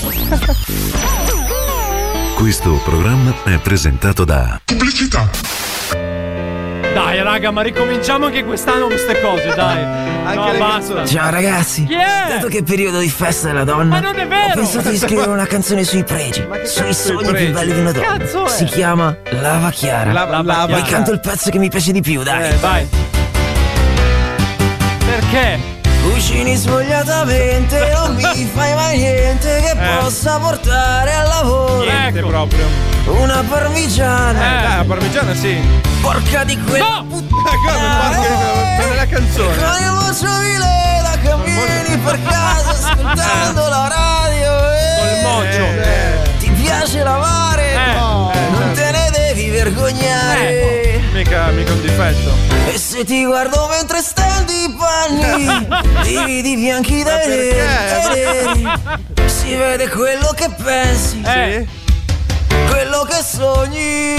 Questo programma è presentato da Pubblicità. Dai, raga, ma ricominciamo anche quest'anno con queste cose, dai. Anche le basta. Ciao ragazzi, Yeah! dato che è periodo di festa della donna, Ma non è vero! ho pensato di scrivere una canzone sui pregi, sui sogni pregi? più belli di una donna. Cazzo è? Si chiama Lava Chiara. Lava Vi canto il pezzo che mi piace di più, dai. Vai. Perché? Cucini svogliatamente, non mi fai mai niente che possa portare al lavoro. Niente Ecco. proprio. Una parmigiana, Dai, la parmigiana sì. porca di quella No! puttana. Ma nella canzone. Con il mozzovile da cammini per casa ascoltando la radio. Col mocio. Ti piace lavare? Non te ne devi vergognare. Mica un difetto. E se ti guardo mentre stendo di panni, dividi i bianchi dai neri. Si vede quello che pensi, quello che sogni.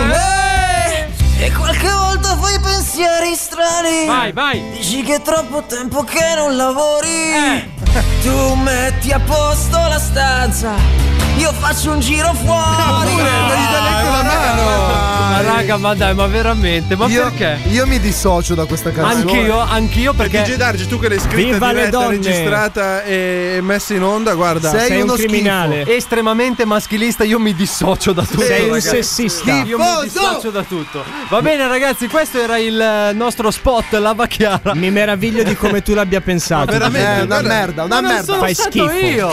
E qualche volta fai pensieri strani. Vai. Dici che è troppo tempo che non lavori. Tu metti a posto la stanza, io faccio un giro fuori. La mano. Ma raga, ma dai, ma veramente? Ma perché? Io mi dissocio da questa canzone. Anch'io perché DJ Darge, tu che l'hai scritta, diretta, registrata e messa in onda, guarda. Sei uno criminale. Estremamente maschilista, io mi dissocio da tutto. Sei un sessista. Io mi dissocio da tutto. Va bene ragazzi, questo era il nostro spot Lava Chiara. Mi meraviglio di come tu l'abbia pensato. Veramente una merda, una merda. Fai schifo. Io.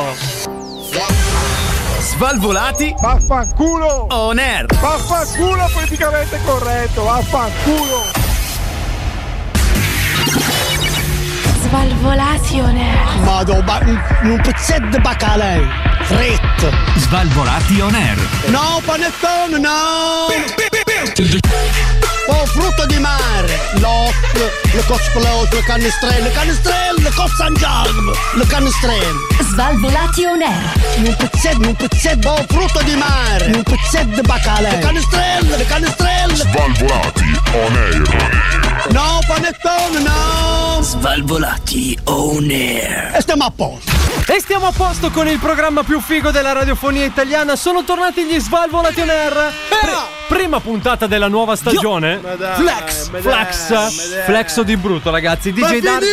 Svalvolati. Vaffanculo. On air. Vaffanculo politicamente corretto. Vaffanculo. Svalvolati on air. Vado, un pezzetto di bacalè. Fritto. Svalvolati on air. No, panettone, no. Oh, frutto di mare. L'occhio, le cosplose, le canestrelle, le cozzangiarme, le canestrelle. Svalvolati on air. Un pezzetto, oh, frutto di mare. Un pezzetto di bacalè. Le canestrelle. Svalvolati on air. No, panettone, no. Svalvolati on air. E stiamo a posto. E stiamo a posto con il programma più figo della radiofonia italiana. Sono tornati gli Svalvolati on air. Prima puntata della nuova stagione. Flexo di brutto, ragazzi. DJ Darge.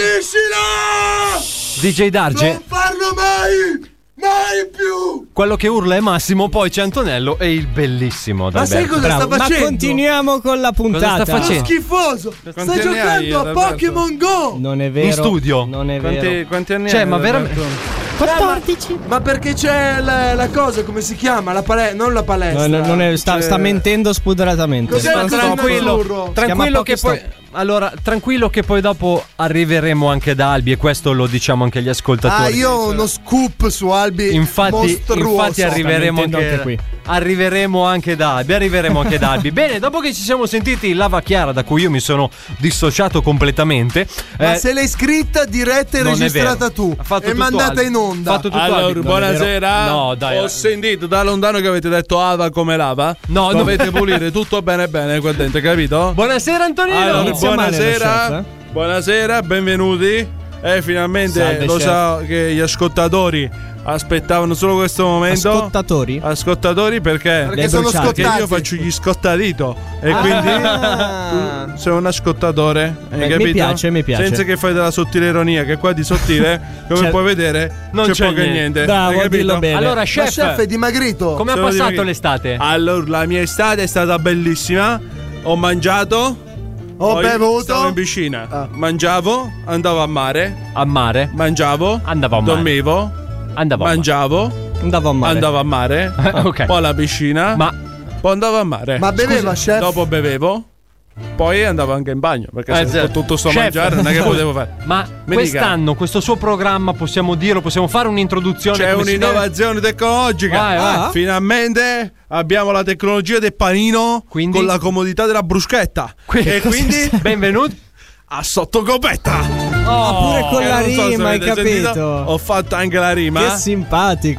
DJ Darge. Non farlo mai più. Quello che urla è Massimo, poi c'è Antonello e il bellissimo Adalberto. Ma sai cosa sta facendo? Ma continuiamo con la puntata. Cosa sta facendo? Schifoso. Sta giocando a Pokémon Go. Non è vero. In studio. Non è vero. Quanti anni Cioè, hai, ma Adalberto? 14. Ma perché c'è la cosa, come si chiama? Non la palestra. No, sta mentendo spudoratamente. Cos'è tranquillo che poi dopo arriveremo anche ad Albi e questo lo diciamo anche agli ascoltatori. Io ho uno scoop su Albi. Infatti arriveremo anche qui. Arriveremo anche da Albi. Bene, dopo che ci siamo sentiti in Lava Chiara, da cui io mi sono dissociato completamente. Ma se l'hai scritta diretta e registrata tu e mandata in onda. Allora, buonasera. No, dai. Ho sentito da lontano che avete detto Ava come lava. No, dovete pulire tutto bene qua dentro, capito? Buonasera Antonino. Allora, buonasera, benvenuti. Finalmente Salve, lo chef. so che gli ascoltatori aspettavano solo questo momento. Ascoltatori perché sono scottati. Perché io faccio gli scottatito e quindi tu sei un ascoltatore, hai capito? Mi piace. Senza che fai della sottile ironia, che qua di sottile, come puoi vedere, non c'è poco e niente. Bravo, hai dillo capito? bene. Allora, Ma chef è dimagrito. come ha Sono passato dimagrito. l'estate? Allora, la mia estate è stata bellissima. Ho mangiato. Ho bevuto. Stavo in piscina. Mangiavo, andavo a mare. Mangiavo, andavo a mare. dormivo, mangiavo, Andavo a mare. Ok. poi alla piscina, poi andavo a mare. Ma beveva, chef? Dopo bevevo, poi andavo anche in bagno perché se tutto sto Chef. mangiare non è che potevo fare. Ma Mi quest'anno questo suo programma possiamo fare un'introduzione? C'è come si deve? un'innovazione tecnologica. Vai. Finalmente abbiamo la tecnologia del panino con la comodità della bruschetta. E quindi benvenuti a sottocopetta. Pure con la non so se rima, hai avete capito? sentito, ho fatto anche la rima. Che simpatico.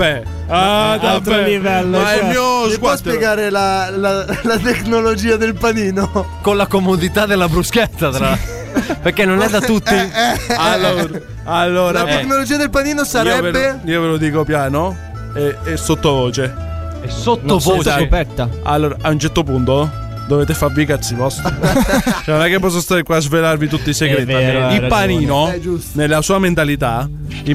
Altro livello. Ma è il mio Mi può squattro. spiegare la tecnologia del panino? con la comodità della bruschetta perché non è da tutti. Allora La tecnologia del panino sarebbe io ve lo dico piano e sottovoce. E sottovoce. Sottocopetta. Allora, a un certo punto dovete farvi i cazzi vostri. Cioè, non è che posso stare qua a svelarvi tutti i segreti. vero, hai Il panino, giusto. nella sua mentalità,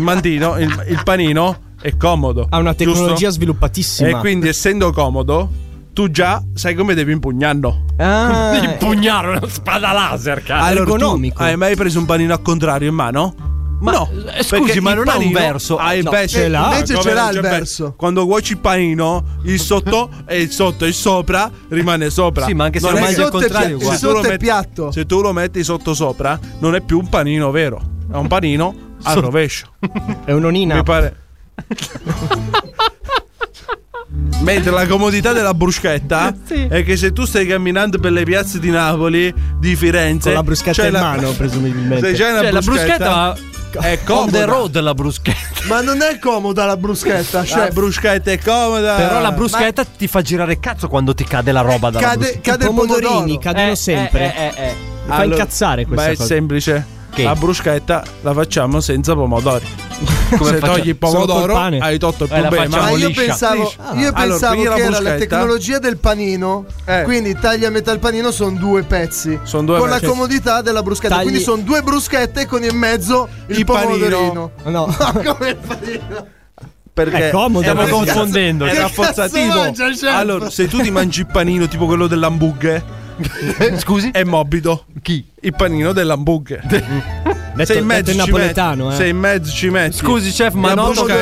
il panino è comodo. Ha una tecnologia giusto? sviluppatissima. E quindi, essendo comodo, tu già sai come devi impugnarlo. Impugnare una spada laser, cazzo. Allora, ergonomico. tu hai mai preso un panino al contrario in mano? Ma, no, scusi, perché ma il non ha un panino verso. ha il No, verso. ce l'ha. Invece Come ce l'ha non il c'è verso. Quando cuoci il panino, il sotto e il sotto e il sopra rimane sopra. Sì, ma anche se Non lo è mangi che- al contrario, il guarda. se tu lo sotto è metti- piatto. Se tu lo metti sotto sopra, non è più un panino vero, è un panino al rovescio. È un'onina. Mi pare. Mentre la comodità della bruschetta è che se tu stai camminando per le piazze di Napoli, di Firenze, con la bruschetta in mano, presumibilmente. Se c'è una la bruschetta è on comoda. the road la bruschetta. Ma non è comoda la bruschetta, La bruschetta è comoda. Però la bruschetta ti fa girare cazzo quando ti cade la roba dalla bruschetta. Cade I il pomodorini pomodoro. cadono sempre. Mi fa incazzare questa ma è cosa. semplice. Che? La bruschetta la facciamo senza pomodori. Se togli il pomodoro hai tolto il problema. Ma io pensavo allora, che era la tecnologia del panino. Quindi taglia a metà il panino, sono 2 pezzi. Sono 2 con pezzi. la comodità della bruschetta. Tagli... Quindi sono 2 bruschette con in mezzo il pomodorino. No. Come il panino. Perché è comodo, stiamo confondendo. È rafforzativo. Allora, se tu ti mangi il panino tipo quello dell'hamburger, scusi? È morbido. Chi? Il panino dell'hamburger. Detto, se in mezzo napoletano, se in mezzo ci metti. Scusi chef, ma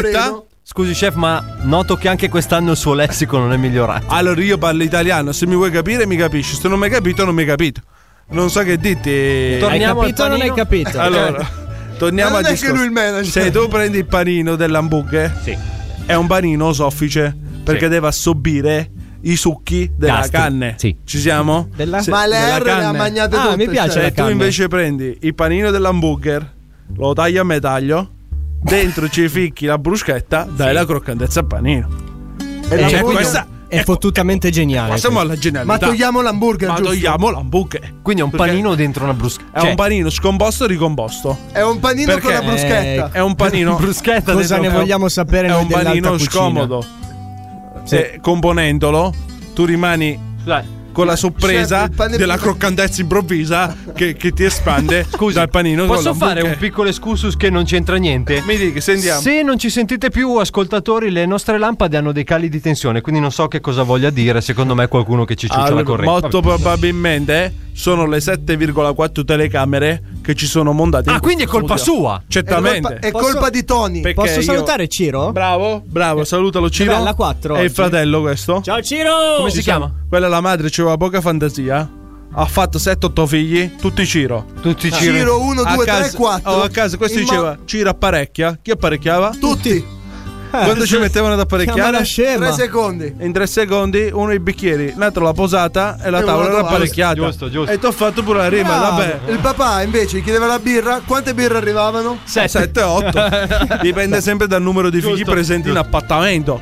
noto che anche quest'anno il suo lessico non è migliorato. Allora io parlo italiano, se mi vuoi capire mi capisci, se non mi hai capito non mi hai capito. Non so che dirti. Torniamo hai capito o non hai capito? Allora, torniamo a discorso. Lui il manager. Se tu prendi il panino dell'hamburger, è un panino soffice perché deve assorbire i succhi della canne. Sì. Ci siamo? Ma le R le ha magnate tutte. Mi piace. Se tu invece prendi il panino dell'hamburger, lo tagli a metaglio, dentro ci ficchi la bruschetta, dai la croccantezza al panino. Cioè, questa è fottutamente geniale. Passiamo alla genialità. Ma togliamo l'hamburger. Togliamo l'hamburger. Quindi è un panino dentro una bruschetta. È un panino scomposto e ricomposto. È un panino con la bruschetta. È un panino. Bruschetta. Cosa ne vogliamo sapere? È noi un panino cucina? scomodo. Componendolo, tu rimani con la sorpresa della croccantezza improvvisa che ti espande. Scusa, dal panino. Posso fare un piccolo excursus che non c'entra niente? Mi dica, sentiamo. Se non ci sentite più, ascoltatori, le nostre lampade hanno dei cali di tensione, quindi non so che cosa voglia dire. Secondo me è qualcuno che ci ciuccia la corrente. Molto probabilmente sono le 7,4 telecamere che ci sono montate. Quindi è colpa sua. Certamente. È colpa di Tony. Posso salutare Ciro? Bravo, salutalo Ciro. Alla 4 è il fratello questo. Ciao Ciro. Come si chiama? Quella è la madre, c'aveva poca fantasia. Ha fatto 7-8 figli, tutti Ciro. Ciro 1, 2, 3, 4. A casa questo diceva Ciro apparecchia. Chi apparecchiava? Tutti. Quando ci mettevano ad apparecchiare? 3 secondi. In 3 secondi uno i bicchieri, l'altro la posata e la tavola era apparecchiata. Giusto. E ti ho fatto pure la rima, vabbè. Il papà invece chiedeva la birra. Quante birre arrivavano? 7, 8. Dipende sempre dal numero di figli presenti in appartamento.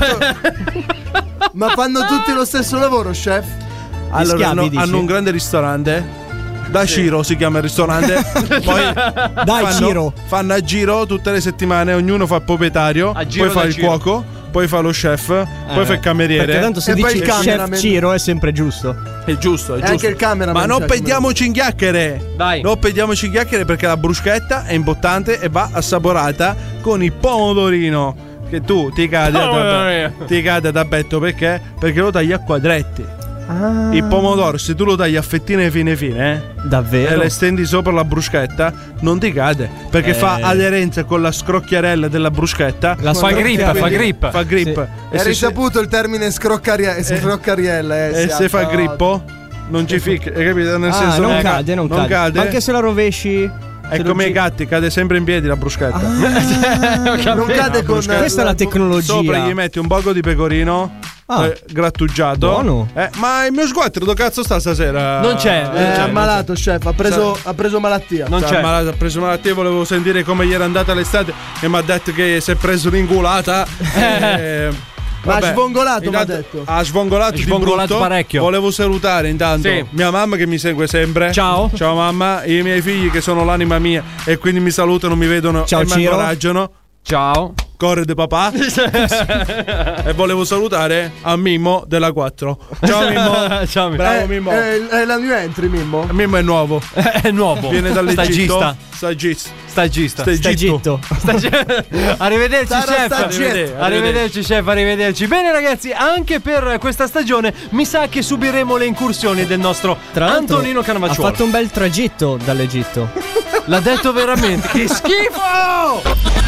Ma fanno tutti lo stesso lavoro, chef? Allora hanno un grande ristorante. Da Ciro si chiama il ristorante. Poi Ciro fanno a giro tutte le settimane. Ognuno fa il proprietario. Poi fa il cuoco. Poi fa lo chef. Poi fa il cameriere. Perché tanto se dici chef Ciro è sempre giusto. È giusto. Anche il cameraman. Ma non perdiamoci in chiacchiere. Dai. Non perdiamoci in chiacchiere perché la bruschetta è importante e va assaporata con il pomodorino. Che tu ti cade da petto perché? Perché lo tagli a quadretti. Il pomodoro, se tu lo tagli a fettine fine, davvero? E le stendi sopra la bruschetta, non ti cade. Perché fa aderenza con la scrocchiarella della bruschetta. Fa grip. Sì. È risaputo il termine scroccariella. E se fa grippo, non ci ficca. Hai capito? Nel senso non cade. Ma anche se la rovesci. È come i gatti, cade sempre in piedi la bruschetta. Non cade con. Questa è la tecnologia. Sopra gli metti un poco di pecorino. Grattugiato. Buono. Ma il mio sguardo dove cazzo sta stasera? Non c'è. È ammalato, chef. Ha preso malattia. Non c'è. Ha preso malattia. Volevo sentire come gli era andata l'estate. E mi ha detto che si è preso un'ingulata. Ma ha svongolato, mi ha detto. Ha svongolato parecchio. Volevo salutare intanto mia mamma che mi segue sempre. Ciao mamma. E i miei figli che sono l'anima mia e quindi mi salutano, mi vedono e mi incoraggiano. Ciao. Corre de papà. E volevo salutare a Mimmo della 4. Ciao Mimmo. Ciao Mimmo. Bravo Mimmo. È la new entry Mimmo. Mimmo è nuovo. È nuovo. Viene dall'Egitto. Stagista. Arrivederci chef. Arrivederci chef, arrivederci. Bene ragazzi, anche per questa stagione mi sa che subiremo le incursioni del nostro Antonino Cannavacciuolo. Ha fatto un bel tragitto dall'Egitto. L'ha detto veramente. Che schifo!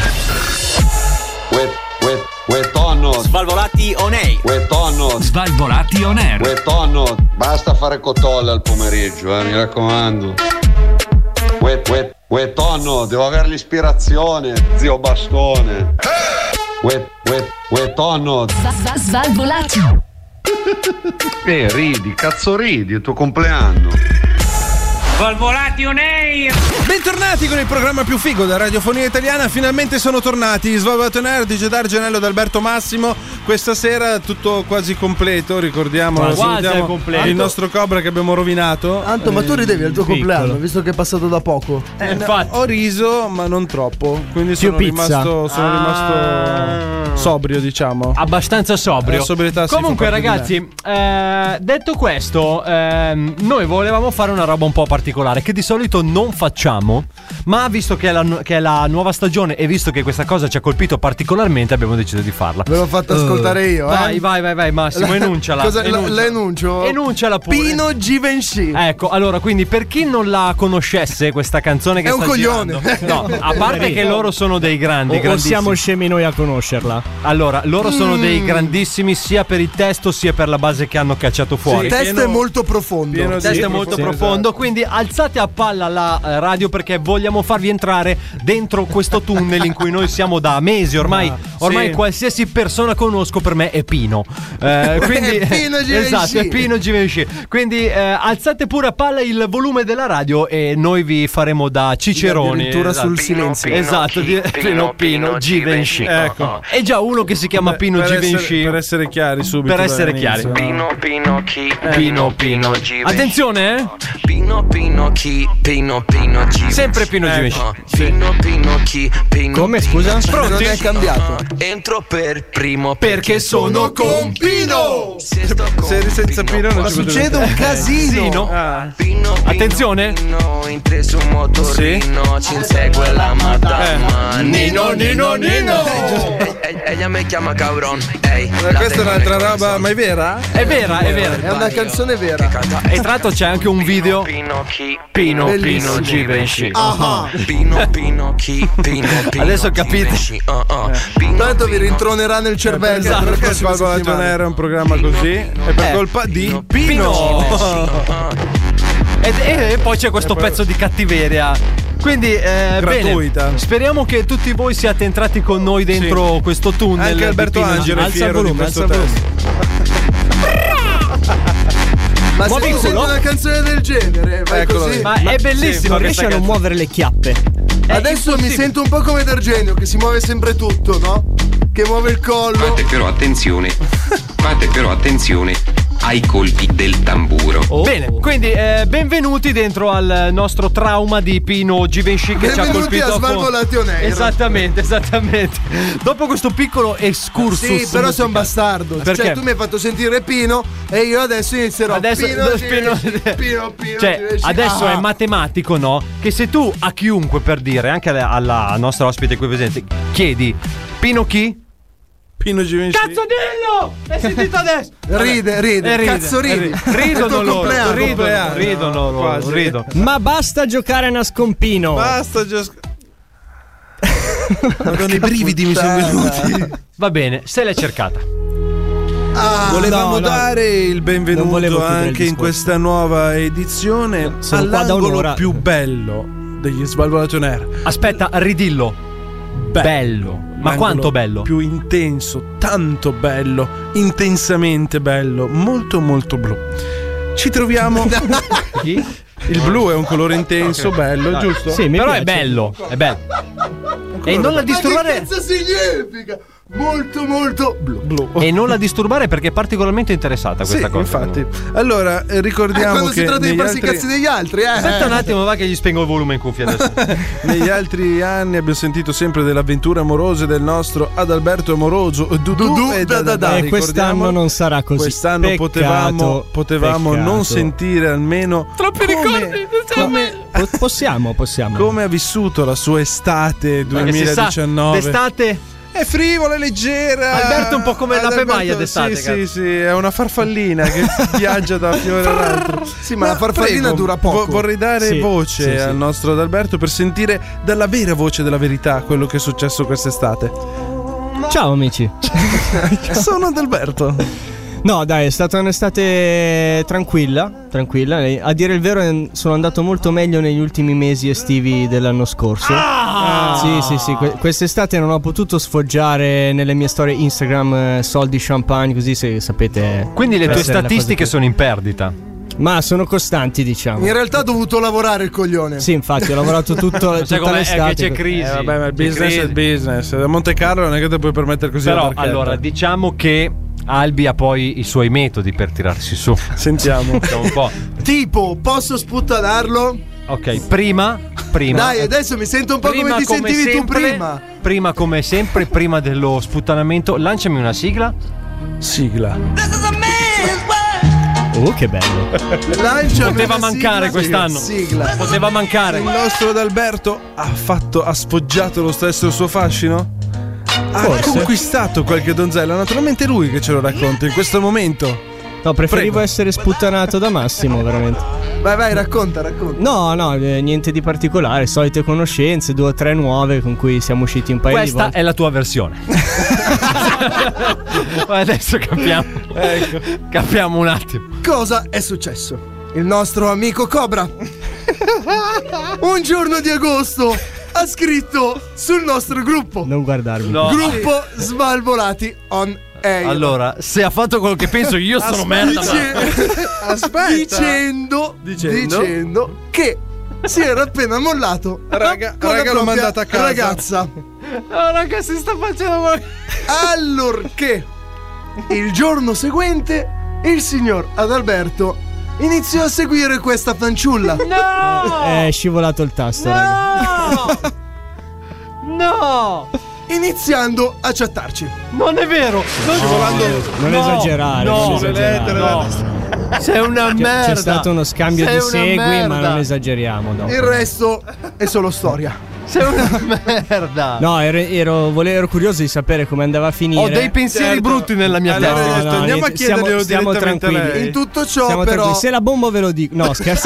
Tonno. Svalvolati on air. Tonno. Svalvolati on air. Tonno. Basta fare cotolle al pomeriggio, mi raccomando. Tonno, devo avere l'ispirazione, zio Bastone. tonno. Svalvolati. Ridi, cazzo ridi, è il tuo compleanno. Svalvolati on air. Bentornati con il programma più figo della radiofonia italiana. Finalmente sono tornati Svalvolati on air, DJ Dargenello ed Alberto Massimo. Questa sera tutto quasi completo. Ricordiamo il nostro Cobra che abbiamo rovinato. Anto, ma tu ridevi al tuo compleanno, visto che è passato da poco. Infatti. Ho riso, ma non troppo. Quindi sono rimasto sobrio, diciamo. Abbastanza sobrio. Comunque, ragazzi, detto questo, noi volevamo fare una roba un po' particolare che di solito non facciamo, ma visto che è la nuova stagione e visto che questa cosa ci ha colpito particolarmente, abbiamo deciso di farla. Ve l'ho fatto ascoltare io. Vai, Massimo, enunciala. L'enuncio? Enunciala pure. Pino Givenchy. Ecco, allora, quindi per chi non la conoscesse, questa canzone che è sta un coglione. No, a parte che loro sono dei grandi, o siamo scemi noi a conoscerla. Allora, loro sono dei grandissimi sia per il testo sia per la base che hanno cacciato fuori. Il testo è molto profondo. Il testo è molto profondo, quindi alzate a palla la radio perché vogliamo farvi entrare dentro questo tunnel in cui noi siamo da mesi ormai. Qualsiasi persona conosco per me è Pino. Quindi Pino Givenchy. Esatto, è Pino Givenchy. Quindi alzate pure a palla il volume della radio e noi vi faremo da ciceroni. Addirittura sul silenzio. Esatto, Pino Givenchy. Ecco. È già uno che si chiama Pino Givenchy. Per essere chiari subito. Per essere chiari. Pino Givenchy. Attenzione, Pino Givenchy. sempre Pino Givenchy. Come, scusa? Pronti? Non è cambiato. Entro per primo perché sono con Pino. Se eri senza Pino non ci succede un casino. Attenzione. Entri su motorino, ci insegue la madama. Nino. Ella mi chiama cabron. Questa è un'altra roba, ma è vera? È vera. È una canzone vera. E tra l'altro c'è anche un video. Pino Givenchy. Pino. Adesso capite. Tanto vi rintronerà nel cervello. Esatto, perché Svalvolati on air è un programma così? È per colpa di Pino. E poi c'è questo pezzo di cattiveria. Quindi gratuita. Bene, speriamo che tutti voi siate entrati con noi dentro questo tunnel. Anche Alberto Angelo è fiero di questo testo. Ma se tu senti una canzone del genere, vai così. Ma è bellissimo. Non riesce a non muovere le chiappe. Adesso mi sento un po' come D'Argenio, che si muove sempre tutto, no? Che muove il collo. Fate però attenzione ai colpi del tamburo. Bene, quindi benvenuti dentro al nostro trauma di Pino Givenchy che ci ha colpito a Svalvolati on air. Esattamente. Dopo questo piccolo excursus. Sì, però sei un bastardo. Perché? Cioè, tu mi hai fatto sentire Pino e io adesso inizierò Pino. Cioè, adesso è matematico, no? Che se tu a chiunque, per dire, anche alla nostra ospite qui presente, chiedi Pino chi? Pino Givenchy. Cazzo dillo! Hai sentito adesso? Ride. Cazzo ridi. Ridono loro. Ma basta giocare a nascompino. Basta giocare. Madonna, i brividi mi sono venuti. Va bene, se l'hai cercata. Volevamo dare il benvenuto anche in questa nuova edizione all'angolo più bello degli Svalvolati on air. Aspetta, ridillo. Bello. Ma quanto bello? Più intenso, tanto bello, intensamente bello, molto molto blu. Ci troviamo. Il blu è un colore intenso, bello, giusto? Sì, però piace. È bello. E non la disturbare. Ma che cazzo significa? Molto molto blu. E non la disturbare perché è particolarmente interessata questa cosa. Infatti. Allora, ricordiamo quando che si tratta di farsi i cazzi degli altri, Aspetta un attimo, va che gli spengo il volume in cuffia adesso. Negli altri anni abbiamo sentito sempre delle avventure amorose del nostro Adalberto amoroso Dudu e Dadà. E quest'anno non sarà così. Quest'anno potevamo non sentire almeno troppi ricordi. Possiamo. Come ha vissuto la sua estate 2019? D'estate è frivola e leggera. Alberto è un po' come la pemaia d'estate. Sì, è una farfallina che viaggia da fiore all'altro. Sì, ma la farfallina dura poco. Vorrei dare voce al nostro Adalberto per sentire dalla vera voce della verità quello che è successo quest'estate. Ciao amici. Sono Adalberto. No, dai, è stata un'estate tranquilla. A dire il vero, sono andato molto meglio negli ultimi mesi estivi dell'anno scorso. Sì. Quest'estate non ho potuto sfoggiare nelle mie storie Instagram soldi champagne, così se sapete. Quindi le tue statistiche sono in perdita. Ma sono costanti, diciamo. In realtà ha dovuto lavorare il coglione. Sì, infatti, ho lavorato tutta l'estate. Che c'è crisi. Vabbè, ma il business è il business. Da Monte Carlo non è che ti puoi permettere così. Però, allora, diciamo che Albi ha poi i suoi metodi per tirarsi su. Sentiamo un po'. Tipo, posso sputtanarlo? Ok, prima. Dai, adesso mi sento un po' come ti sentivi sempre, tu prima. Prima, come sempre, prima dello sputtanamento, lanciami una sigla. Che bello. Poteva mancare quest'anno. Sigla. Poteva mancare. Il nostro Adalberto ha sfoggiato lo stesso il suo fascino? Ha conquistato qualche donzella. Naturalmente lui che ce lo racconta in questo momento. No, preferivo essere sputtanato da Massimo, veramente. Vai, racconta. No, niente di particolare. Solite conoscenze, 2 o 3 nuove con cui siamo usciti un paio di volte. Questa è la tua versione. Adesso capiamo. Ecco. Capiamo un attimo. Cosa è successo? Il nostro amico Cobra un giorno di agosto ha scritto sul nostro gruppo. Non guardarmi. Gruppo Svalvolati on air. Allora, se ha fatto quello che penso io sono merda. Aspetta. Dicendo che si era appena mollato. Raga, l'ho mandata a casa. Ragazza. Raga, si sta facendo. Allorché il giorno seguente il signor Adalberto iniziò a seguire questa fanciulla. No! È scivolato il tasto, raga. No! Iniziando a chattarci. Non è vero! Non esagerare. No. Sei una merda. C'è stato uno scambio di segui, ma non esageriamo. Il resto è solo storia. Sei una merda. No, ero curioso di sapere come andava a finire. Ho dei pensieri brutti nella mia testa. Andiamo a chiederglielo stiamo tranquilli. In tutto ciò, però. Se la bomba ve lo dico. No, scherzo.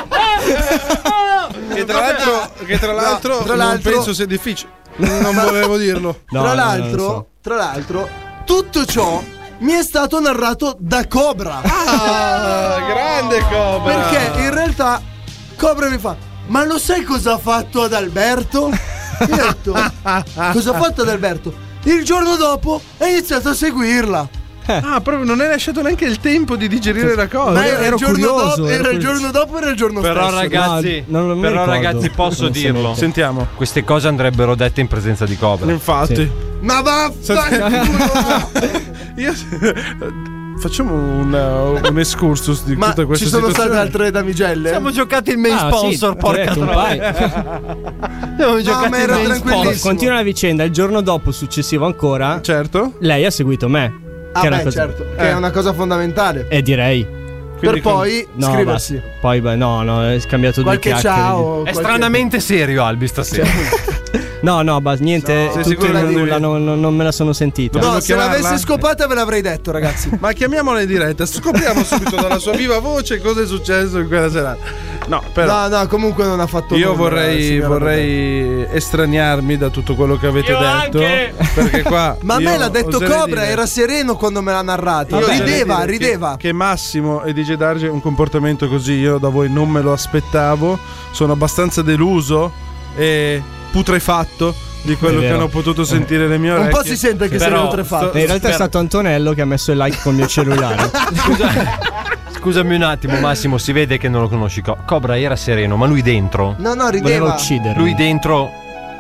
Che tra l'altro non penso sia difficile. Non volevo dirlo. Tra l'altro, tutto ciò mi è stato narrato da Cobra. Grande Cobra. Perché in realtà Cobra mi fa: ma lo sai cosa ha fatto Adalberto? Io ho detto: cosa ha fatto Adalberto? Il giorno dopo ha iniziato a seguirla. Proprio non hai lasciato neanche il tempo di digerire la cosa. Ma ero curioso. Era il giorno dopo, era il giorno però stesso. Ragazzi, però ragazzi, posso dirlo. Sentiamo. Queste cose andrebbero dette in presenza di Cobra. Infatti. Sì. Ma vaffanculo. Facciamo un excursus di tutta questa ci sono situazione. state altre damigelle? Siamo giocati il main sponsor, sì, porca troia. Abbiamo giocato il main sponsor. Continua la vicenda. Il giorno dopo, successivo ancora, certo, lei ha seguito me. Certo, che è una cosa fondamentale. Direi. Per poi scriversi. Basta. Poi è scambiato qualche due chiacchiere. Ciao. È stranamente serio Albi stasera. No, niente. Nulla, non me la sono sentita. No, se l'avessi scopata ve l'avrei detto, ragazzi. Ma chiamiamola in diretta. Scopriamo subito dalla sua viva voce cosa è successo in quella serata. No, però. No, comunque non ha fatto io nulla. vorrei estraniarmi da tutto quello che avete detto. Anche. Perché qua. Ma a me l'ha detto Cobra, era sereno quando me l'ha narrato. Rideva. Che Massimo e DJ Darge un comportamento così io da voi non me lo aspettavo. Sono abbastanza deluso e putrefatto di quello che hanno potuto sentire le mie orecchie. Un po' si sente che sei putrefatto. In realtà è stato Antonello che ha messo il like con il mio cellulare. Scusami un attimo, Massimo, si vede che non lo conosci. Cobra era sereno, ma lui dentro. No, rideva. Voleva ucciderlo. Lui dentro.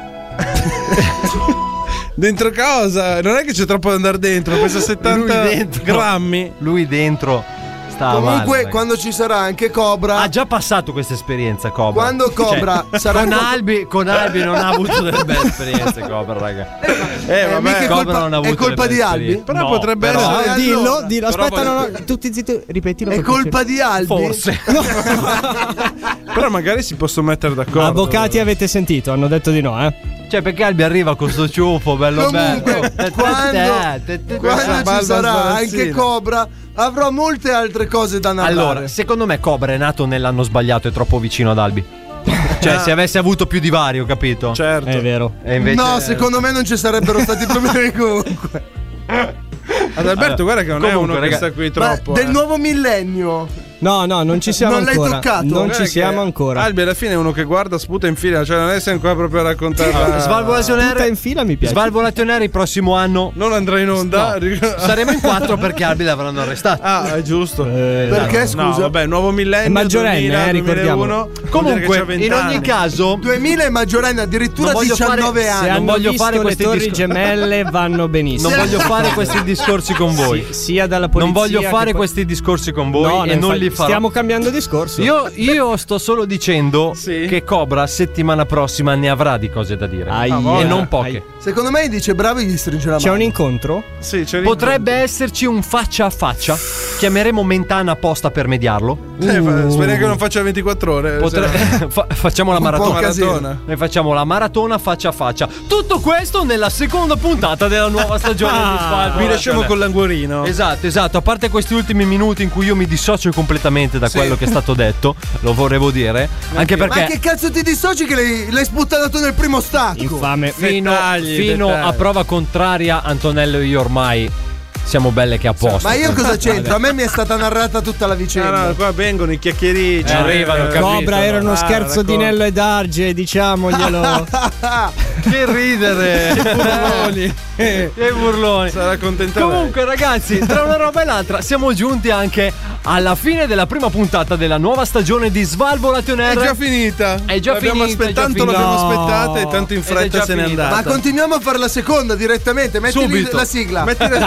Dentro cosa? Non è che c'è troppo da andare dentro. Pesa 70 grammi. Lui dentro. Comunque, male, quando ci sarà anche Cobra. Ha già passato questa esperienza, Cobra. Quando Cobra sarà. Con Albi non ha avuto delle belle esperienze, Cobra, raga. Vabbè, Cobra non ha avuto. È colpa di Albi? Però no, potrebbe essere. Dillo. Aspetta, no. Tutti zitti, ripetilo. È colpa di Albi? Forse. Però magari si possono mettere d'accordo. Avvocati avete sentito, hanno detto di no, Cioè, perché Albi arriva con sto ciuffo bello. Comunque, quando ci sarà anche Cobra, avrò molte altre cose da narrare. Allora, secondo me Cobra è nato nell'anno sbagliato e troppo vicino ad Albi. Cioè, se avesse avuto più divario, capito? Certo. È vero. E invece... No, secondo me non ci sarebbero stati problemi comunque. Adalberto, guarda che non è uno che sta qui troppo. Ma del nuovo millennio No, non ci siamo non ancora. l'hai toccato? Non ci siamo ancora. Albi alla fine è uno che guarda, sputa in fila, cioè non è sempre ancora proprio a raccontare. Svalvolation Air in fila mi piace. Svalvolation Air il prossimo anno non andrà in onda. No. Saremo in 4 perché Albi l'avranno arrestato. Ah, è giusto. Perché scusa? No, vabbè, nuovo millennio. È maggiorenne, 2000, ricordiamo. 2001. Comunque, in ogni caso, 2000 è maggiorenne, addirittura 19 anni. Se non voglio fare le questi torri gemelle vanno benissimo. Non voglio fare questi discorsi con voi. Sia dalla polizia. Non voglio fare che questi discorsi con voi e non li farò. Stiamo cambiando discorso. Io sto solo dicendo che Cobra settimana prossima ne avrà di cose da dire. E non poche. Secondo me dice bravo e gli stringe la mano. C'è un incontro? Sì, c'è un Potrebbe esserci un faccia a faccia. Chiameremo Mentana apposta per mediarlo. Speriamo che non faccia 24 ore. Facciamo la maratona. Noi facciamo la maratona faccia a faccia. Tutto questo nella seconda puntata della nuova stagione di Svalvolation. Vi lasciamo con l'anguorino. Esatto. A parte questi ultimi minuti in cui io mi dissocio completamente da quello che è stato detto, lo volevo dire. Anche perché. Ma che cazzo ti dissoci che l'hai sputtanato nel primo stacco? Infame. Fino a prova contraria, Antonello e io ormai siamo belle che a posto. Ma io cosa c'entro? A me mi è stata narrata tutta la vicenda. No, qua vengono i chiacchiericci. Arrivano, Cobra era uno scherzo di Nello ed Arge, diciamoglielo. Che ridere. Che burloni. Sarà contenta. Comunque ragazzi, tra una roba e l'altra siamo giunti anche alla fine della prima puntata della nuova stagione di Svalvolation Air. È già finita. L'abbiamo aspettata e tanto in fretta se n'è andata. Ma continuiamo a fare la seconda direttamente. Metti lì la sigla.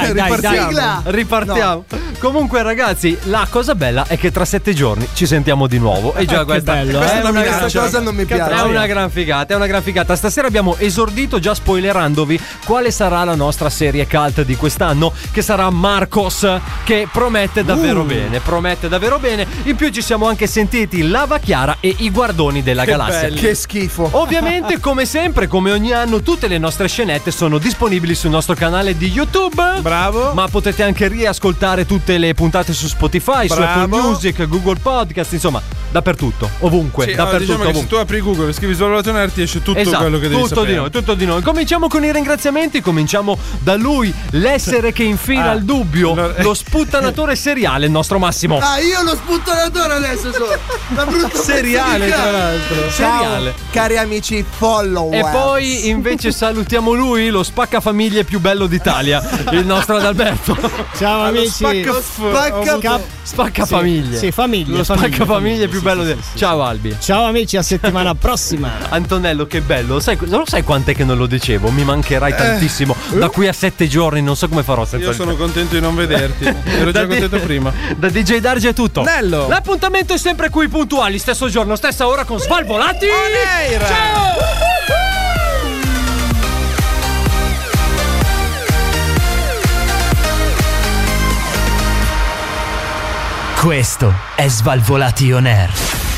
Ripartiamo. No. Comunque ragazzi, la cosa bella è che tra 7 giorni ci sentiamo di nuovo. E già questa bello, questa cosa non mi piace. È una gran figata. Stasera abbiamo esordito già spoilerandovi quale sarà la nostra serie cult di quest'anno, che sarà Marcos, che promette davvero bene. In più ci siamo anche sentiti Lava Chiara e i Guardoni della Galassia. Belli. Che schifo. Ovviamente, come sempre, come ogni anno, tutte le nostre scenette sono disponibili sul nostro canale di YouTube. Bravo. Ma potete anche riascoltare tutte le puntate su Spotify, su Apple Music, Google Podcast, insomma, dappertutto, ovunque. Diciamo che se tu apri Google e scrivi Svalvolation Air ti esce tutto quello che devi sapere. Tutto di noi. Cominciamo con i ringraziamenti. Cominciamo da lui, l'essere che infila il dubbio, lo sputtanatore seriale, il nostro Massimo. Io lo sputtanatore adesso sono. La brutta seriale, tra l'altro. Seriale. Cari amici follower. E poi invece salutiamo lui, lo spaccafamiglie più bello d'Italia, il nostro Adalberto. Ciao amici. Spaccafamiglie. Sì, famiglia. Lo spaccafamiglie più bello di... Ciao Albi. Ciao amici, a settimana prossima. Antonello, che bello. Lo sai quant'è che non lo dicevo? Mi mancherai tantissimo. Da qui a 7 giorni non so come farò senza Io sono contento di non vederti. Ero già contento prima. Da DJ Darge è tutto. Nello. L'appuntamento è sempre qui puntuali, stesso giorno, stessa ora con Svalvolati. Ciao. Questo è Svalvolation Air.